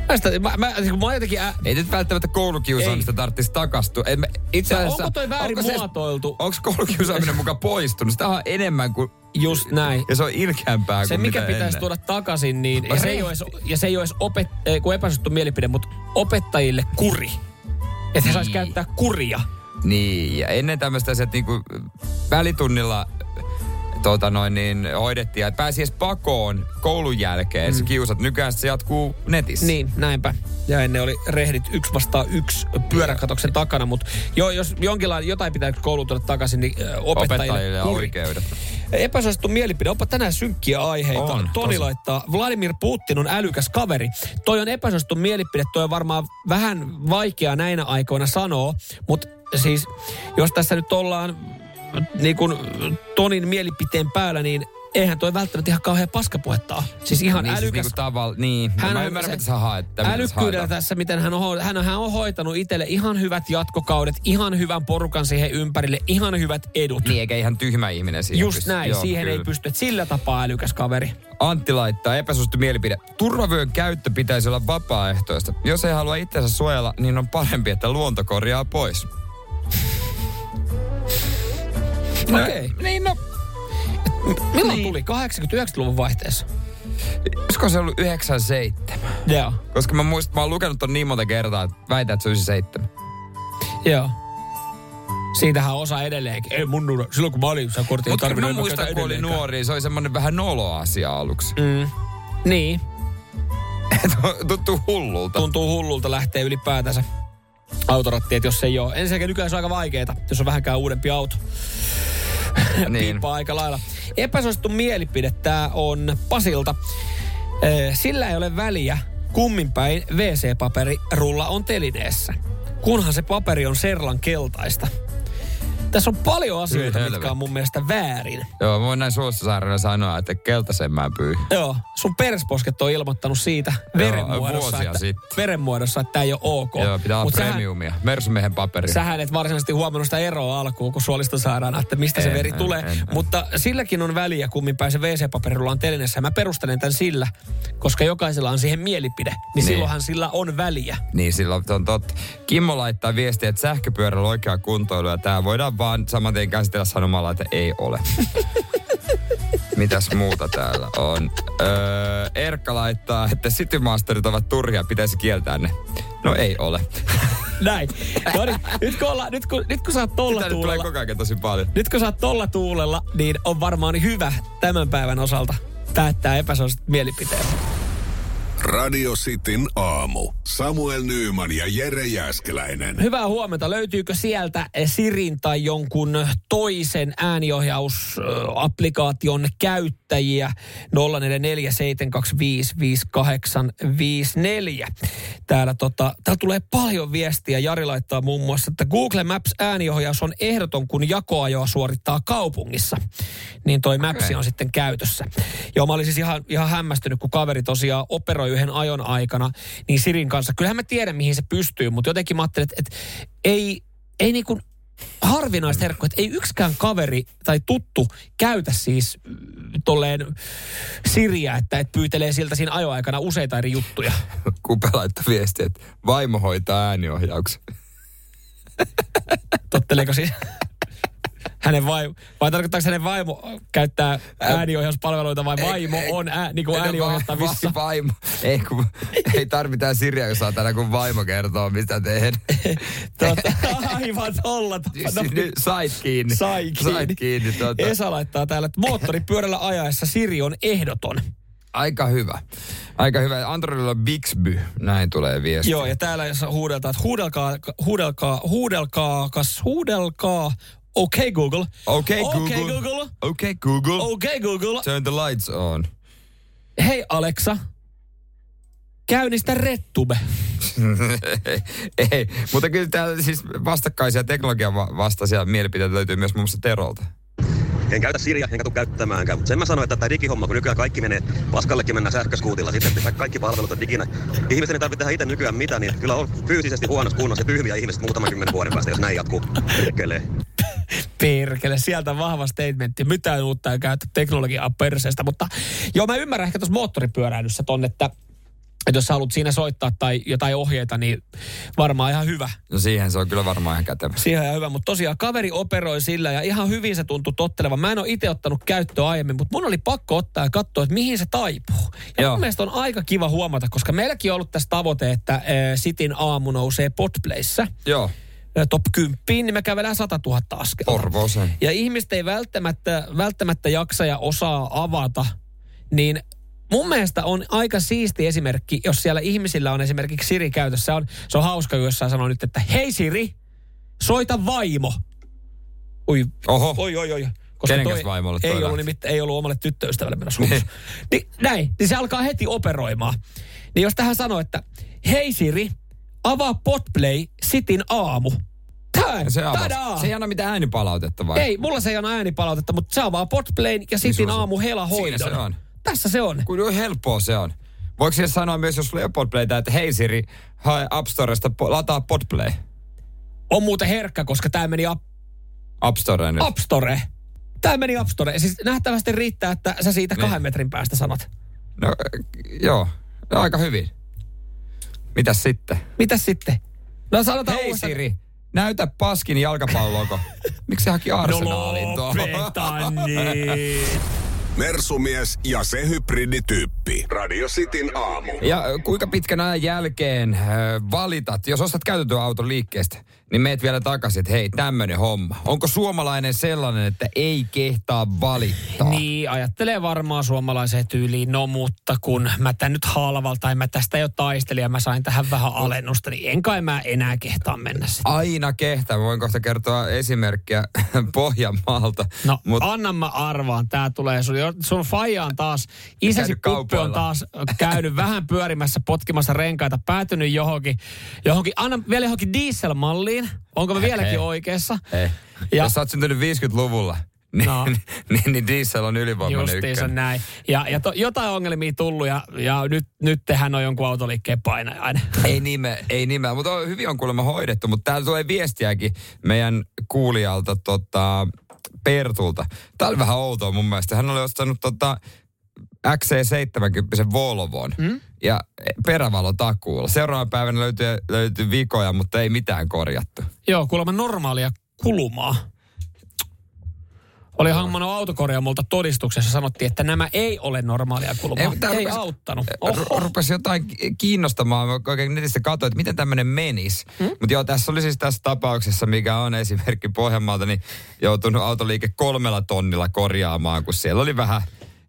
Mä, sitä, mä, mä, mä oon jotenkin... Ä... Ei nyt välttämättä koulukiusaamista tarvitsisi takastua. En, itse asiassa, onko toi väärin onko muotoiltu? Se, onko koulukiusaaminen mukaan poistunut? Sitä on enemmän kuin... Just näin. Ja se on ilkeämpää se, kuin mikä mitä pitäisi ennen. tuoda takaisin, niin... Ja se, ei olisi, ja se ei olisi opet, kuin epäsuosittu mielipide, mutta opettajille kuri. Että he sais käyttää kuria. Niin, ja ennen tämmöistä asiat niinku välitunnilla tota noin niin, hoidettiin, että pääsi edes pakoon koulun jälkeen. Mm. Se kiusat. Nykyään se jatkuu netissä. Niin, näinpä. Ja ennen oli rehdit yksi vastaan yksi pyöräkatoksen takana, mutta jo, jos jonkinlainen jotain pitää kouluun tuoda takaisin, niin opettajille, opettajille oikeudet. Epäsuosittu mielipide. Onpa tänään synkkiä aiheita. On, Toni tosi. laittaa, Vladimir Putin on älykäs kaveri. Toi on epäsuosittu mielipide. Toi on varmaan vähän vaikeaa näinä aikoina sanoa, mutta siis jos tässä nyt ollaan niin kuin Tonin mielipiteen päällä, niin eihän toi välttämättä ihan kauhean paskapuhetta. Siis ihan niin, älykäs. Siis niinku tavall- niin, hän mä on ymmärrän, se mitä sä haet. Älykkyydellä tässä, miten hän on, hän on, hän on hoitanut itselle ihan hyvät jatkokaudet, ihan hyvän porukan siihen ympärille, ihan hyvät edut. Niin, eikä ihan tyhmä ihminen siihen Just pysty. näin, Joo, siihen kyllä. ei pysty. Että sillä tapaa älykäs kaveri. Antti laittaa epäsuosittu mielipide. Turvavyön käyttö pitäisi olla vapaaehtoista. Jos ei halua itsensä suojella, niin on parempi, että luonto korjaa pois. Okei. Okay. Niin no. Milloin niin. tuli? kahdeksankymmentä-yhdeksänkymmentäluvun vaihteessa. Olisiko se ollut yhdeksänkymmentäseitsemän? Joo. Koska mä muistan, mä oon lukenut ton niin monta kertaa, että väitän, että se on yhdeksänkymmentäseitsemän. Joo. Siitähän osa edelleenkin. Ei mun nuora. Silloin kun mä olin, sä kortin Mutta tarvinnut. mä muistan, kun oli nuori, se oli semmonen vähän nolo-asia aluksi. Mm. Niin. Tuntuu hullulta. Tuntuu hullulta lähtee ylipäätänsä autoratti, että jos ei ole. Ensinnäkin nykyään se on aika vaikeeta, jos on vähänkään uudempi auto. Niin. Piippaa aika lailla. Epäsuosittu mielipide tää on Pasilta. Sillä ei ole väliä, kummin päin wee see-paperirulla on telineessä. Kunhan se paperi on serlan keltaista. Tässä on paljon asioita, Hyi mitkä on mun mielestä väärin. Joo, mä voin näin suostasaarena sanoa, että keltaisen mä pyy. Joo, sun persposket on ilmoittanut siitä verenmuodossa, vuosia että, sitten. verenmuodossa, että tää ei ole ok. Joo, pitää olla Mut premiumia. Mersumiehen paperi. Sähän et varsinaisesti huomannut sitä eroa alkuun, kun suolistosairaana, että mistä en, se veri en, tulee. En, en. Mutta silläkin on väliä, kummin päin se wee see-paperirulla on telineessä. Mä perustelen tämän sillä, koska jokaisella on siihen mielipide. Niin, niin. silloinhan sillä on väliä. Niin, silloin on totta. Kimmo laittaa viestiä, että sähköpyörällä on oikea kuntoilu ja tää voidaan vaan saman tien käsitellä sanomalla, että ei ole. Mitäs muuta täällä on? Öö, Erkka laittaa, että citymasterit ovat turhia, pitäisi kieltää ne. No ei ole. Näin. No niin, nyt kun, olla, nyt kun, nyt kun sä oot tolla Sitä tuulella, tulee koko ajan tosi paljon. nyt kun sä oot tolla tuulella, niin on varmaan hyvä tämän päivän osalta päättää epäsuositut mielipiteet. Radio Cityn aamu. Samuel Nyyman ja Jere Jääskeläinen. Hyvää huomenta. Löytyykö sieltä Sirin tai jonkun toisen ääniohjausapplikaation käyttäjiä? nolla neljä neljä seitsemän kaksi viisi viisi kahdeksan viisi neljä. Täällä, tota, täällä tulee paljon viestiä. Jari laittaa muun muassa, että Google Maps ääniohjaus on ehdoton, kun jakoajoa suorittaa kaupungissa. Niin toi Maps okay. on sitten käytössä. Joo, mä olin siis ihan, ihan hämmästynyt, kun kaveri tosiaan operoi yhden ajon aikana, niin Sirin kanssa. Kyllähän mä tiedän, mihin se pystyy, mutta jotenkin mä ajattelin, että, että ei, ei niin kuin harvinaista herkkua, että ei yksikään kaveri tai tuttu käytä siis tolleen Siriä, että et pyytelee siltä siinä ajoaikana useita eri juttuja. Kupe laittoi viestiä, että vaimo hoitaa ääniohjauksen. Totteleeko siis? Hänen vaimo, vai tarkoittaako hänen vaimo käyttää ääniohjauspalveluita vai vaimo on ää, niin kuin ääniohjattavissa? Va, vaimo. Ei, kun, ei tarvita Siriä, jos saatana, kun vaimo kertoo, mistä teen. Tota, aivan tolla. No, nyt sait kiinni. Sai kiinni. Sait kiinni tuota. Esa laittaa täällä, että moottoripyörällä ajaessa Siri on ehdoton. Aika hyvä. Aika hyvä. Androidilla on Bixby. Näin tulee viesti. Joo, ja täällä jos huudeltaan, että huudelkaa, huudelkaa, huudelkaa, kas huudelkaa. Okei okay, Google. Okei okay, Google. Google. Okei okay, Google. Okei okay, Google. Turn the lights on. Hei Alexa. Käynnistä RedTube. Ei, mutta kyllä täällä siis vastakkaisia teknologian vastaisia mielipiteitä löytyy myös muun muassa Terolta. En käytä Siriä, enkä tule käyttämäänkään, mutta sen mä sanoin, että tämä digihomma, kun nykyään kaikki menee, paskallekin mennään sähköskuutilla, sitten että kaikki palvelut on diginä. Ihmisten ei tarvitse tehdä itse nykyään mitään, niin kyllä on fyysisesti huonossa kunnossa ja tyhmiä ihmiset muutaman kymmenen vuoden päästä, jos näin jatkuu. Perkele. Perkele, sieltä vahva statementti. Mitään uutta ei käytä teknologiaa perseestä, mutta joo, mä ymmärrän ehkä tuossa moottoripyöräilyssä ton, että Että jos sä haluat siinä soittaa tai jotain ohjeita, niin varmaan ihan hyvä. No siihen se on kyllä varmaan ihan kätevä. Siihen ihan hyvä, mutta tosiaan kaveri operoi sillä ja ihan hyvin se tuntui tottelevan. Mä en ole itse ottanut käyttöön aiemmin, mutta mun oli pakko ottaa ja katsoa, että mihin se taipuu. Ja Joo. mun mielestä on aika kiva huomata, koska meilläkin on ollut tässä tavoite, että äh, Sitin aamu nousee Podplayssä. Joo. Top kymmenen, niin me kävelään sata tuhatta askelta. Porvooseen. Ja ihmiset ei välttämättä, välttämättä jaksa ja osaa avata, niin mun mielestä on aika siisti esimerkki, jos siellä ihmisillä on esimerkiksi Siri käytössä. Se on, se on hauska, kun jossain sanoo nyt, että hei Siri, soita vaimo. Oi, Oho. oi, oi, oi. Koska kenenkäs vaimolle toi ei ollut, nimittäin, ei ollut omalle tyttöystävälle menossa. Niin, näin, niin se alkaa heti operoimaan. Niin jos tähän sanoo, että hei Siri, avaa Podplay Sitin aamu. Tää, se, tadaa. Se ei anna mitään äänipalautetta vai? Ei, mulla se ei anna äänipalautetta, mutta se avaa Podplayn ja Sitin niin aamu hela hoidon. Siinä se on. Tässä se on. Kuin helppoa se on. Voiko siellä sanoa myös, jos sulla ei ole Podplaytä, että hei Siri, hae App Storesta, lataa Podplay. On muuten herkkä, koska tää meni App... App Storeen nyt. App Store. Tää meni App Store. Siis nähtävästi riittää, että sä siitä niin. kahden metrin päästä sanot. No, joo. No, aika hyvin. Mitäs sitten? Mitäs sitten? No sanotaan hei uudestaan. Siri, näytä Paskin jalkapalloko. Miksi se haki Arsenaalin tuohon? No lopeta niin. Mersumies ja se hybridityyppi. Radio Cityn aamu. Ja kuinka pitkän ajan jälkeen äh, valitat, jos ostat käytetyn auton liikkeestä, niin meet vielä takaisin, että hei, tämmönen homma. Onko suomalainen sellainen, että ei kehtaa valittaa? Niin, ajattelee varmaan suomalaiseen tyyliin. No mutta kun mä tän nyt halvalta, en mä tästä jo taistelin ja mä sain tähän vähän alennusta, niin en kai mä enää kehtaa mennä sitten. Aina kehtaa. Mä voin kohta kertoa esimerkkiä Pohjanmaalta. No Mut... anna mä arvaan, tää tulee sun, sun faija on taas, isäsi puppi on taas käynyt vähän pyörimässä, potkimassa renkaita, päätynyt johonkin, johonkin, anna vielä johonkin dieselmalliin. Onko mä vieläkin Ei. oikeassa? Ei. Ja, jos sä oot syntynyt viisikymmentäluvulla, niin, no. niin, niin diesel on ylivoimainen ykkönen. Justiinsa näin. Ja, ja to, jotain ongelmia tullut ja, ja nyt, nyt hän on jonkun autoliikkeen painajainen. Ei nime, ei nimeä, mutta on, hyvin on kuulemma hoidettu. Mutta täällä tulee viestiäkin meidän kuulijalta tota, Pertulta. Tää oli vähän outoa mun mielestä. Hän oli ostanut tota X C seitsemänkymmentä Volvon mm? ja perävalo takuulla. Seuraavan päivänä löytyi, löytyi vikoja, mutta ei mitään korjattu. Joo, kuulemma normaalia kulumaa. Oli hankmanut autokorjaamolta todistuksessa, sanottiin, että nämä ei ole normaalia kulumaa. Ei, ei rupesi, auttanut. Oho. Rupesi jotain kiinnostamaan. Mä oikein netistä katsoin, että miten tämmöinen menisi. Hmm? Mutta joo, tässä oli siis tässä tapauksessa, mikä on esimerkki Pohjanmaalta, niin joutunut autoliike kolmella tonnilla korjaamaan, kun siellä oli vähän...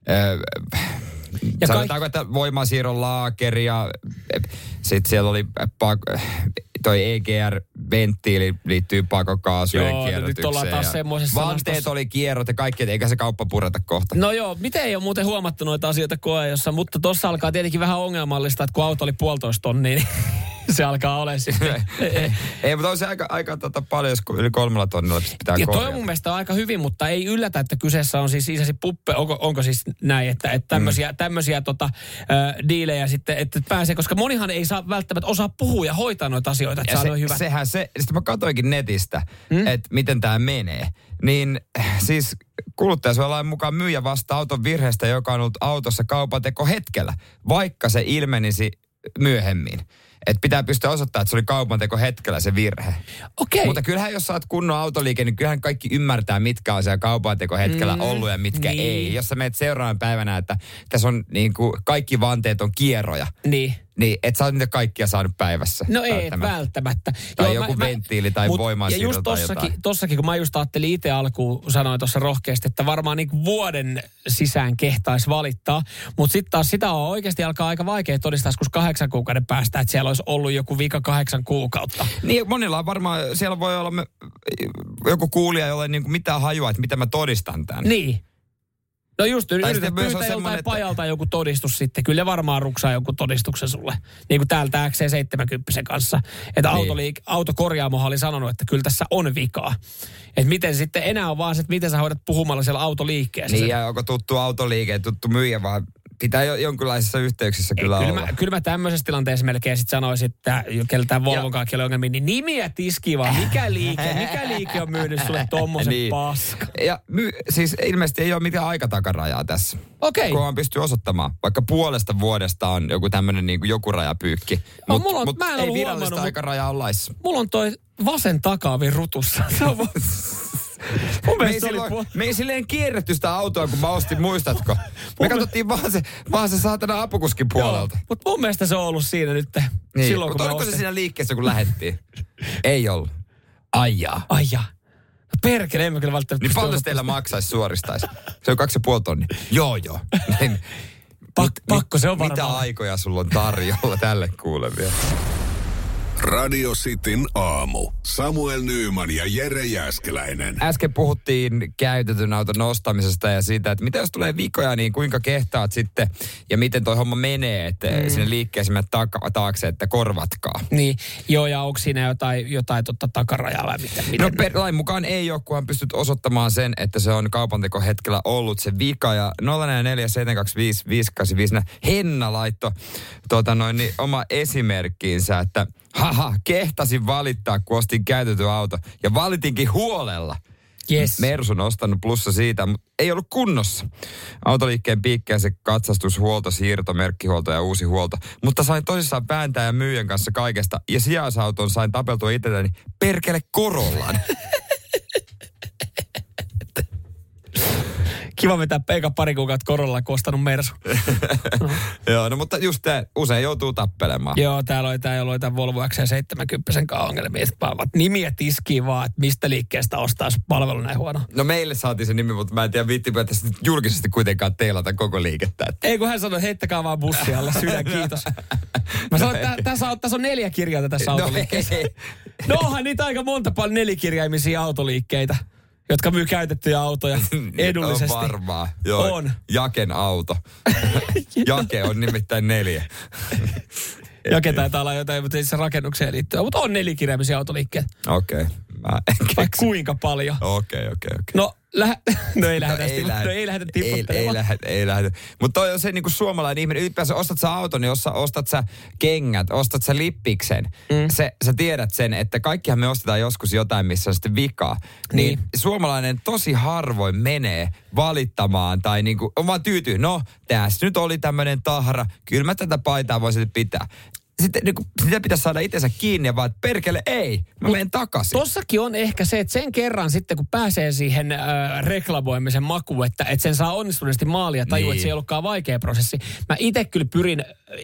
Äh, ja sanotaanko, kaik- että voimasiirron laakeri ja sitten siellä oli pak- toi E G R-venttiili liittyy pakokaasujen joo, kierrätykseen. Taas vanteet sanastossa. oli kierrot ja kaikki, eikä se kauppa pureta kohta. No joo, miten ei ole muuten huomattu noita asioita koejossa, mutta tuossa alkaa tietenkin vähän ongelmallista, että kun auto oli puolitoista tonnia, niin se alkaa olla sitten. ei, ei, mutta on se aika, aika tota paljon, jos yli kolmella tonnilla pitää ja korjata. toi on mun mielestä aika hyvin, mutta ei yllätä, että kyseessä on siis isäsi puppe. Onko, onko siis näin, että, että tämmöisiä, mm. tämmöisiä tota, äh, diilejä sitten, että pääsee, koska monihan ei saa välttämättä osaa puhua ja hoitaa noita asioita, että ja saa se, noin hyvät. Sehän se, sitten mä katsoinkin netistä, mm? että miten tämä menee. Niin siis kuluttajasuojalain mukaan myyjä vastaa auton virheestä, joka on ollut autossa kaupanteko hetkellä, vaikka se ilmenisi myöhemmin. Että pitää pystyä osoittamaan, että se oli kaupanteko hetkellä se virhe. Okei. Mutta kyllähän jos sä oot kunnon autoliike, niin kyllähän kaikki ymmärtää, mitkä on siellä kaupanteko hetkellä mm, ollut ja mitkä niin. ei. Jos sä meet seuraavan päivänä, että tässä on niin kuin, kaikki vanteet on kierroja. Niin. Niin, et sä oot niitä kaikkia saanut päivässä. No ei välttämättä. Tai joo, joku mä, venttiili tai voimansiirto tai tossakin, jotain. tossakin, kun mä just ajattelin itse alkuun, sanoin tuossa rohkeasti, että varmaan niin vuoden sisään kehtaisi valittaa. Mutta sitten taas sitä on oikeasti alkaa aika vaikea todistaa, kun kahdeksan kuukauden päästä, että siellä olisi ollut joku vika kahdeksan kuukautta. Niin, monilla on varmaan, siellä voi olla me, joku kuulija, jolle ei niin kuin mitään hajua, että miten mä todistan tämän. Niin. No just, yrität pyytää joltain että... pajalta joku todistus sitten. Kyllä varmaan ruksaa joku todistuksen sulle. Niin kuin täältä X C seitsemänkymmentä kanssa. Että niin. autoliik- autokorjaamohan oli sanonut, että kyllä tässä on vikaa. Että miten sitten enää on vaan se, että miten sä hoidat puhumalla siellä autoliikkeessä. Niin, ja onko tuttu autoliike, tuttu myyjä, vaan pitää jo jonkinlaisissa yhteyksissä Ei, kyllä kyllä olla. Mä, kyllä mä tämmöisessä tilanteessa melkein sit sanoisin, että keltään Volvon kaikki oli ongelmia, niin nimiä tiskiin vaan. Mikä liike, mikä liike on myynyt sulle tommosen Niin. paska? Ja my, siis ilmeisesti ei ole mitään aikatakarajaa tässä. Okei. Kunhan pystyy osoittamaan. Vaikka puolesta vuodesta on joku tämmöinen niin kuin joku rajapyykki. No, Mutta mulla on- mut mä en ei ollut virallista huomannut, aikarajaa ole laissa. Mulla on toi vasen takaavi rutussa. Se on va- Mun Me ei, mielestä se oli silloin, puol- me ei silleen kierretty sitä autoa, kun mä ostin, muistatko? Me katsottiin vaan se, vaan se saatana apukuskin puolelta. Mutta mun mielestä se on ollut siinä nyt Niin. silloin, Mutta kun mä oliko se ostin. siinä liikkeessä, kun lähettiin? Ei ollut. Aijaa. Ai jaa. No perkele, en mä kyllä välttämättä Niin pysty paljon osoittamaan teillä maksaisi suoristaisi? Se on kaksi ja puoli tonnia. Joo, joo. Niin. Pak- Mit- pakko se on Mitä varmaan. aikoja sulla on tarjolla tälle kuulevia? Radio Cityn aamu. Samuel Nyyman ja Jere Jääskeläinen. Äsken puhuttiin käytetyn auton nostamisesta ja siitä, että mitä jos tulee vikoja, niin kuinka kehtaat sitten ja miten toi homma menee, että mm. sinne liikkeeseen menet taka- taakse, että korvatkaa. Niin, joo, ja onko siinä jotain, jotain totta takarajaa vai mitä? miten? No per, lain mukaan ei ole, kunhan pystyt osoittamaan sen, että se on kaupantekohetkellä ollut se vika. Ja nolla neljä seitsemän kaksi viisi viisi kahdeksan viisi Henna laittoi tota noin, niin oma esimerkkiinsä, että haha, kehtasin valittaa, kun ostin käytetyn auto. Ja valitinkin huolella. Yes. Mersun ostanut plussa siitä, mutta ei ollut kunnossa. Autoliikkeen piikkeen se katsastus, huolto, siirto, merkkihuolto ja uusi huolto. Mutta sain tosissaan vääntää ja myyjän kanssa kaikesta. Ja sijaisauton sain tapeltua itselleni perkele Corollan. Kiva vetää peika pari kuukautta korolla, kun ostanut Mersu. Joo, no mutta just tää, usein joutuu tappelemaan. Joo, täällä oli tää, jolla oli tää Volvo X C seitsemänkymmentä kanssa ongelmia. Sitten vaan nimiä tiskiin vaan, että mistä liikkeestä ostaa, jos palvelu näin huono. No meille saatiin se nimi, mutta mä en tiedä viittipä tästä julkisesti kuitenkaan teilata koko liikettä. Että. Ei kun hän sanoi, että heittäkää vaan bussi alle, sydän kiitos. Mä sanoin, että tä- tässä on, tässä on neljä kirjainta tässä autoliikkeessä. ei. No onhan niitä aika monta paljon nelikirjaimisia autoliikkeitä, jotka myy käytettyjä autoja edullisesti. On varmaa. Joo, On. Jaken auto. Jake on nimittäin neljä. Jake taitaa olla jotain, mutta ei se rakennukseen liittyy. Mutta on nelikirjaimisia autoliikkeet. Okei. Okay. Mä en Vai keksi. kuinka paljon? Okei, okei, okei. No, lähe... no ei lähdetä, No ei lähde. no ei lähdetä Ei, tipputtelemaan. ei lähde, ei lähde. Mutta toi on se niinku suomalainen ihminen. Ylipäänsä ostat sä auton, niin ostat, ostat sä kengät, ostat sä lippiksen. Mm. Se, sä tiedät sen, että kaikkihan me ostetaan joskus jotain, missä on sitten vikaa. Niin, Niin. suomalainen tosi harvoin menee valittamaan tai niinku, on vaan tyytyy. No, tässä nyt oli tämmöinen tahra. Kyllä mä tätä paitaa voisin pitää. Sitten niin sitä pitäisi saada itsensä kiinni ja vaan, että perkele ei, mä menen takaisin. Tossakin on ehkä se, että sen kerran sitten, kun pääsee siihen äh, reklamoimisen makuun, että, että sen saa onnistuneesti maalia ja tajua, Niin. että se ei ollutkaan vaikea prosessi. Mä itse kyllä pyrin äh,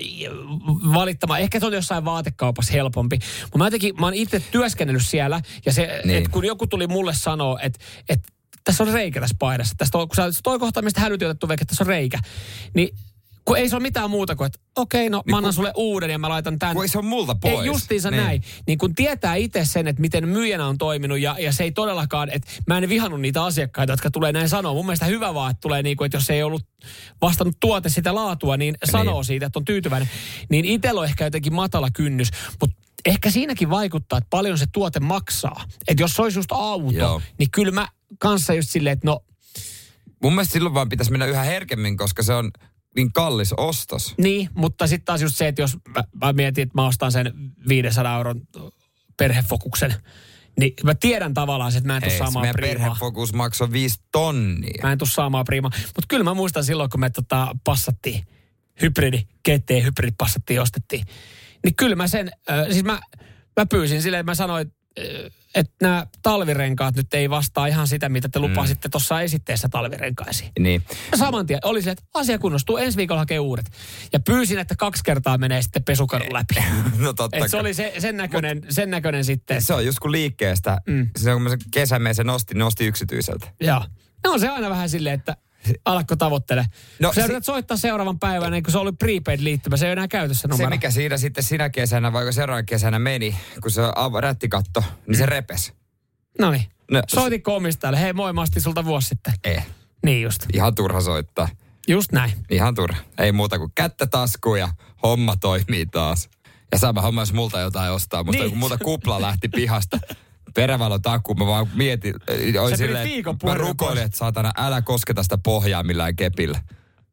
valittamaan, ehkä se on jossain vaatekaupassa helpompi, mutta mä jotenkin, mä oon itse työskennellyt siellä ja se, Niin. että kun joku tuli mulle sanoa, että, että tässä on reikä tässä paidassa, tästä on, kun sä toi kohta, mistä hälytin otettu veke, että tässä on reikä, niin kun ei se ole mitään muuta kuin, että okei, no Niin mä annan kun- sulle uuden ja mä laitan tän. Kun ei se on multa pois. Ei justiinsa Niin. näin. Niin kun tietää itse sen, että miten myyjänä on toiminut ja, ja se ei todellakaan, että mä en vihannut niitä asiakkaita, jotka tulee näin sanoa. Mun mielestä hyvä vaan, että tulee niin kuin, että jos ei ollut vastannut tuote sitä laatua, niin sanoo Niin. siitä, että on tyytyväinen. Niin itsellä on ehkä jotenkin matala kynnys, mutta ehkä siinäkin vaikuttaa, että paljon se tuote maksaa. Että jos se olisi just auto, Joo. niin kyllä mä kanssa just silleen, että no Mun mielestä silloin vaan pitäisi mennä yhä herkemmin, koska se on niin kallis ostos. niin, mutta sitten taas just se, että jos mä, mä mietin, että mä ostan sen viisisataa euron perhefokuksen, niin mä tiedän tavallaan, että mä en tule Ei, se saamaan meidän priimaa. perhefokus maksoi viisi tonnia. Mä en tule saamaan priimaa. Mutta kyllä mä muistan silloin, kun me tota, passattiin, hybridi, G T hybrid passattiin, ostettiin. Niin kyllä mä sen, äh, siis mä, mä pyysin silleen, että mä sanoin, äh, että nämä talvirenkaat nyt ei vastaa ihan sitä, mitä te lupasitte mm. tuossa esitteessä talvirenkaisiin. Niin. Ja saman tien oli se, että asia kunnostuu, ensi viikolla hakee uudet. Ja pyysin, että kaksi kertaa menee sitten pesukadun läpi. No totta Et se kai. oli se, sen, näköinen, sen näköinen sitten. Se on just kun liikkeestä, mm. se on kun mä kesämeen se nosti, nosti yksityiseltä. Joo. No on se aina vähän silleen, että alakko tavoittele. No No, sä si- yrität soittaa seuraavan päivän, niin kun se oli prepaid-liittymä, se ei ole enää käytössä numero. Se mikä siinä sitten sinä kesänä, vaikka seuraavana kesänä meni, kun se av- rättikatto, niin se repes. No niin. No, Soitin komistajalle, hei moi, mä astin sulta vuosi sitten. Eh, Niin just. ihan turha soittaa. Just näin. Ihan turha. Ei muuta kuin kättä taskuun ja homma toimii taas. Ja sama homma, jos multa jotain ostaa. Musta Niin. kun multa kupla lähti pihasta. Perävalon takuu, mä vaan mietin. Oli Sä pidit silleen, viikon mä purjun rukoilin, pois. että saatana, älä kosketa sitä pohjaa millään kepillä.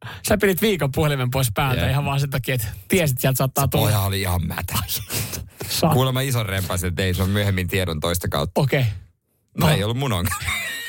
Sä pidit viikon puhelimen pois päältä yeah. ihan vaan sen takia, että tiesit, että sieltä saattaa tulla. Poja oli ihan mätä. Kuulemma ison rempasin, että ei se on myöhemmin tiedon toista kautta. Okei. Okay. No, no ei ollut mun ongelma.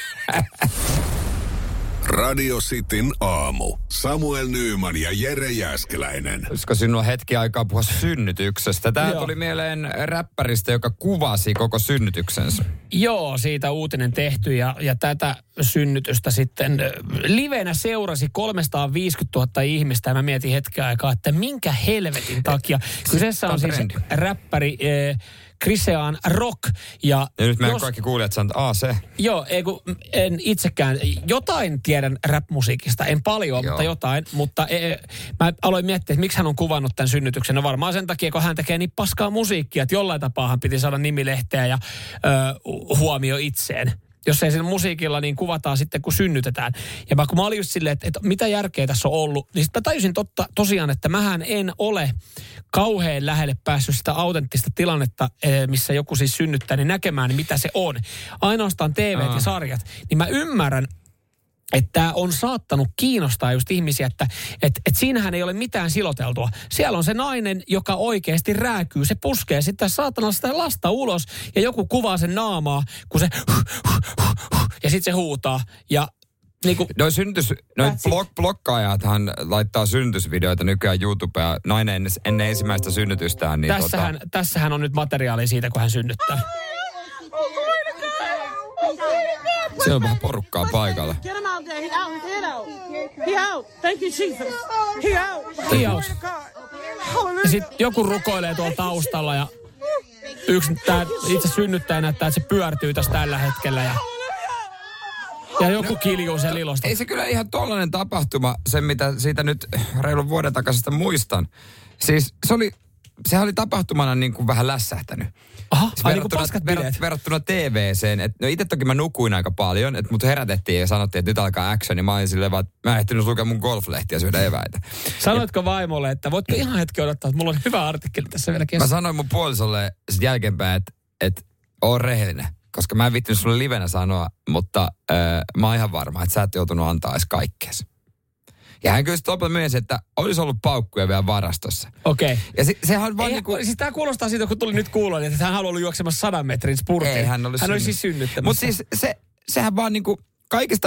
Radio Cityn aamu. Samuel Nyyman ja Jere Jääskeläinen. Olisiko sinulla hetki aikaa puhua synnytyksestä? Tämä Joo. tuli mieleen räppäristä, joka kuvasi koko synnytyksensä. Joo, siitä uutinen tehty ja, ja tätä synnytystä sitten livenä seurasi kolmesataaviisikymmentätuhatta ihmistä. Ja mä mietin hetken aikaa, että minkä helvetin takia. Kyseessä on siis räppäri eh, Chrisean Rock. Ja, ja nyt meidän jos, kaikki kuulijat sanoo, että aa se. Joo, ei kun en itsekään. Jotain tiedän rap-musiikista, en paljon, joo. mutta jotain. Mutta e, mä aloin miettiä, että miksi hän on kuvannut tämän synnytyksen. No varmaan sen takia, kun hän tekee niin paskaa musiikkia, että jollain tapaa hän piti saada nimilehteä ja ö, huomio itseen. Jos ei sen musiikilla, niin kuvataan sitten, kun synnytetään. Ja mä, kun mä olin just silleen, että, että mitä järkeä tässä on ollut, niin sitten mä tajusin totta, tosiaan, että mähän en ole kauhean lähelle päässyt sitä autenttista tilannetta, missä joku siis synnyttää, niin näkemään, niin mitä se on. Ainoastaan T V ja sarjat. Niin mä ymmärrän, että tämä on saattanut kiinnostaa just ihmisiä, että et, et siinähän ei ole mitään siloteltua. Siellä on se nainen, joka oikeasti rääkyy. Se puskee sitten saatana sitä lasta ulos ja joku kuvaa sen naamaa, kun se ja sitten se huutaa. Ja niinku, Noi synnytys, noi blok, blokkaajathan laittaa synnytysvideoita nykyään YouTubea nainen ennen, ennen ensimmäistä synnytystään. Niin tässähän, tota... tässähän on nyt materiaalia siitä, kun hän synnyttää. Siellä on vähän porukkaa paikalla. Get him out there. He out. He out. He out. Thank you, Jesus. He out. He out. Ja sitten joku rukoilee tuolla taustalla ja yksi tää itse synnyttäjä näyttää, että se pyörtyy tässä tällä hetkellä ja ja joku kiljuu sen ilosta. Ei se kyllä ihan tollainen tapahtuma, se mitä siitä nyt reilun vuoden takaisesta muistan. Siis se oli, sehän oli tapahtumana niin kuin vähän lässähtänyt. Aha, siis ai niin kuin paskat bileet. Verrattuna T V-seen, että no itse toki mä nukuin aika paljon, että mut herätettiin ja sanottiin, että nyt alkaa action, niin mä olin silleen vaan, mä en ehtinyt lukea mun golflehtiä ja syödä eväitä. Sanoitko ja, vaimolle, että voitko ihan hetki odottaa, että mulla on hyvä artikkeli tässä vielä kesken? Mä sanoin mun puolisolle sit jälkeenpäin, että, että oon rehellinen, koska mä en viittinyt sulle livenä sanoa, mutta äh, mä oon ihan varma, että sä et joutunut antaa edes kaikkees. Ja hän kyllä sitten lopulta myönsi, että olisi ollut paukkuja vielä varastossa. Okei. Okay. Ja se, sehän vaan Ei, niinku... Siis tää kuulostaa siitä, kun tuli nyt kuuloon, että hän haluaa ollut juoksemassa sadan metrin spurtin. Ei, hän oli, hän oli siis synnyttämässä. Mutta siis se, sehän vaan niinku kaikista...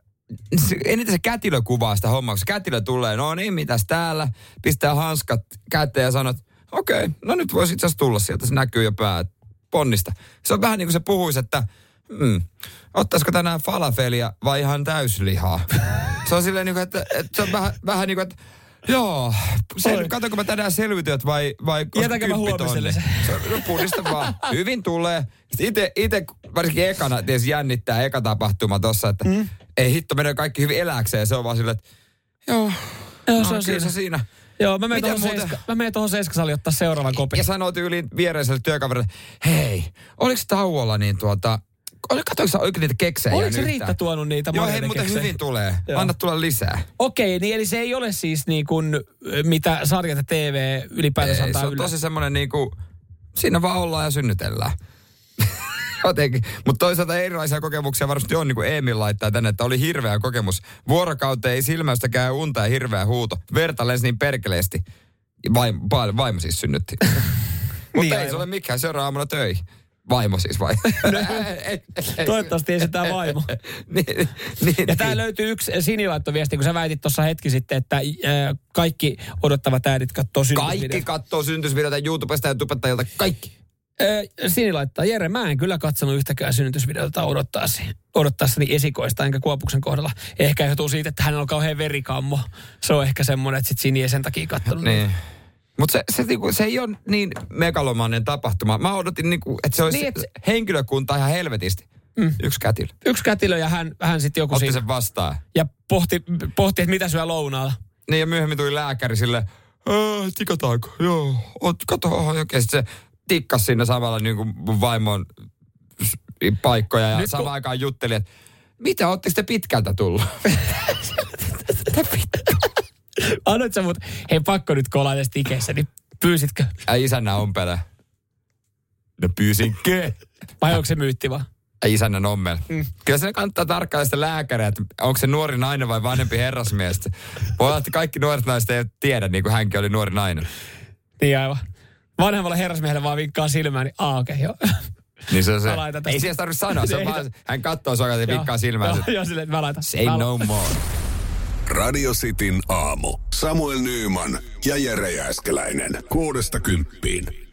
Eniten se kätilö kuvaa sitä hommaa, kun se kätilö tulee, no niin, mitäs täällä, pistää hanskat käteen ja sanoo, että okei, okay, no nyt voisi itse asiassa tulla sieltä, se näkyy jo pää, ponnista. Se on vähän niin kuin se puhuisi, että mm, ottaisiko tänään falafelia vai ihan täyslihaa? Se on silleen niin kuin, että, että se on vähän, vähän niin kuin, että joo, sel, katsonko mä tänään selvityöt vai, vai jätänkö mä huomiselle se? No puhdista vaan. Hyvin tulee. Sitten ite, varsinkin ekana, tietysti jännittää eka tapahtuma tossa, että mm. ei hitto, menee kaikki hyvin eläkseen. Se on vaan silleen, että joo, joo no, se on siinä. Se siinä. Joo, mä menen tuohon seiska, tuohon seiskasaliin ottaa seuraavan kopin. Ja sanoo tyyliin viereiselle työkaverille, hei, oliko tauolla niin tuota... Katsoinko sä oikein niitä keksejä? Oliko se Riitta tuonut niitä? Joo, hei, muuten hyvin tulee. Joo. Anna tulla lisää. Okei, niin eli se ei ole siis niin kuin, mitä sarjat ja T V ylipäätänsä antaa yllä. Se on yllä. tosi semmoinen niin kuin, siinä vaan ollaan ja synnytellään. Jotenkin. Mutta toisaalta erilaisia kokemuksia varmasti on, niin kuin Emil laittaa tänne, että oli hirveä kokemus. Vuorokauteen ei silmästä käy unta ja hirveä huuto. Verta lensi niin perkeleesti. Vaimo, vaimo siis synnytti. Mutta ei se ole mikään, seuraava aamuna töihin. Vaimo siis vai? Toivottavasti ei se tää vaimo. niin, niin, ja tää niin. Löytyy yksi sinilaittoviesti, kun sä väitit tuossa hetki sitten, että äh, kaikki odottavat äidit kattoo synnytysvideota. Kaikki kattoo synnytysvideota YouTubesta ja tubettajilta, kaikki. Äh, Sini laittaa, Jere, mä en kyllä katsonut yhtäkään synnytysvideota odottaasi, odottaessani esikoista, enkä Kuopuksen kohdalla. Ehkä johtuu siitä, että hän on kauhean verikammo. Se on ehkä semmoinen, että sit Sini ei sen takia katsonut. Niin. Mutta se, se, se ei ole niin megalomainen tapahtuma. Mä odotin, niinku, että se olisi niin, et... henkilökunta ihan helvetisti. Mm. Yksi kätilö. Yksi kätilö ja hän, hän sitten joku otti siinä. Sen vastaan. Ja pohti, pohti, että mitä syö lounaalla. Niin ja myöhemmin tuli lääkäri silleen, tikataanko? Joo, oot, kato. Ja sitten se tikkas siinä samalla niin kuin mun vaimon paikkoja ja samaan kun... aikaan jutteli, että mitä, ootteko te pitkältä tullut? Annoit sä mut, hei pakko nyt kolaa tästä ikeessä, niin pyysitkö? Ai isännä on pelä. No pyysinkö? Vai onko se myytti vaan? ja isännän ommel. Mm. Kyllä se kannattaa tarkkailla sitä lääkäriä, että onko se nuori nainen vai vanhempi herrasmies. Voi olla, että kaikki nuoret naiset ei tiedä, niin kuin hänkin oli nuori nainen. Niin aivan. Vanhemmalla herrasmiehellä vaan vinkkaa silmään, niin aa okei, okay, joo. Niin se on se. Ei siihen tarvitse sanoa, se on vaan, hän katsoo sua ja vinkkaa silmään. Joo, joo, silleen, mä laitan. Say no more. Radio Cityn aamu. Samuel Nyyman ja Jere Jääskeläinen. Kuudesta kymppiin.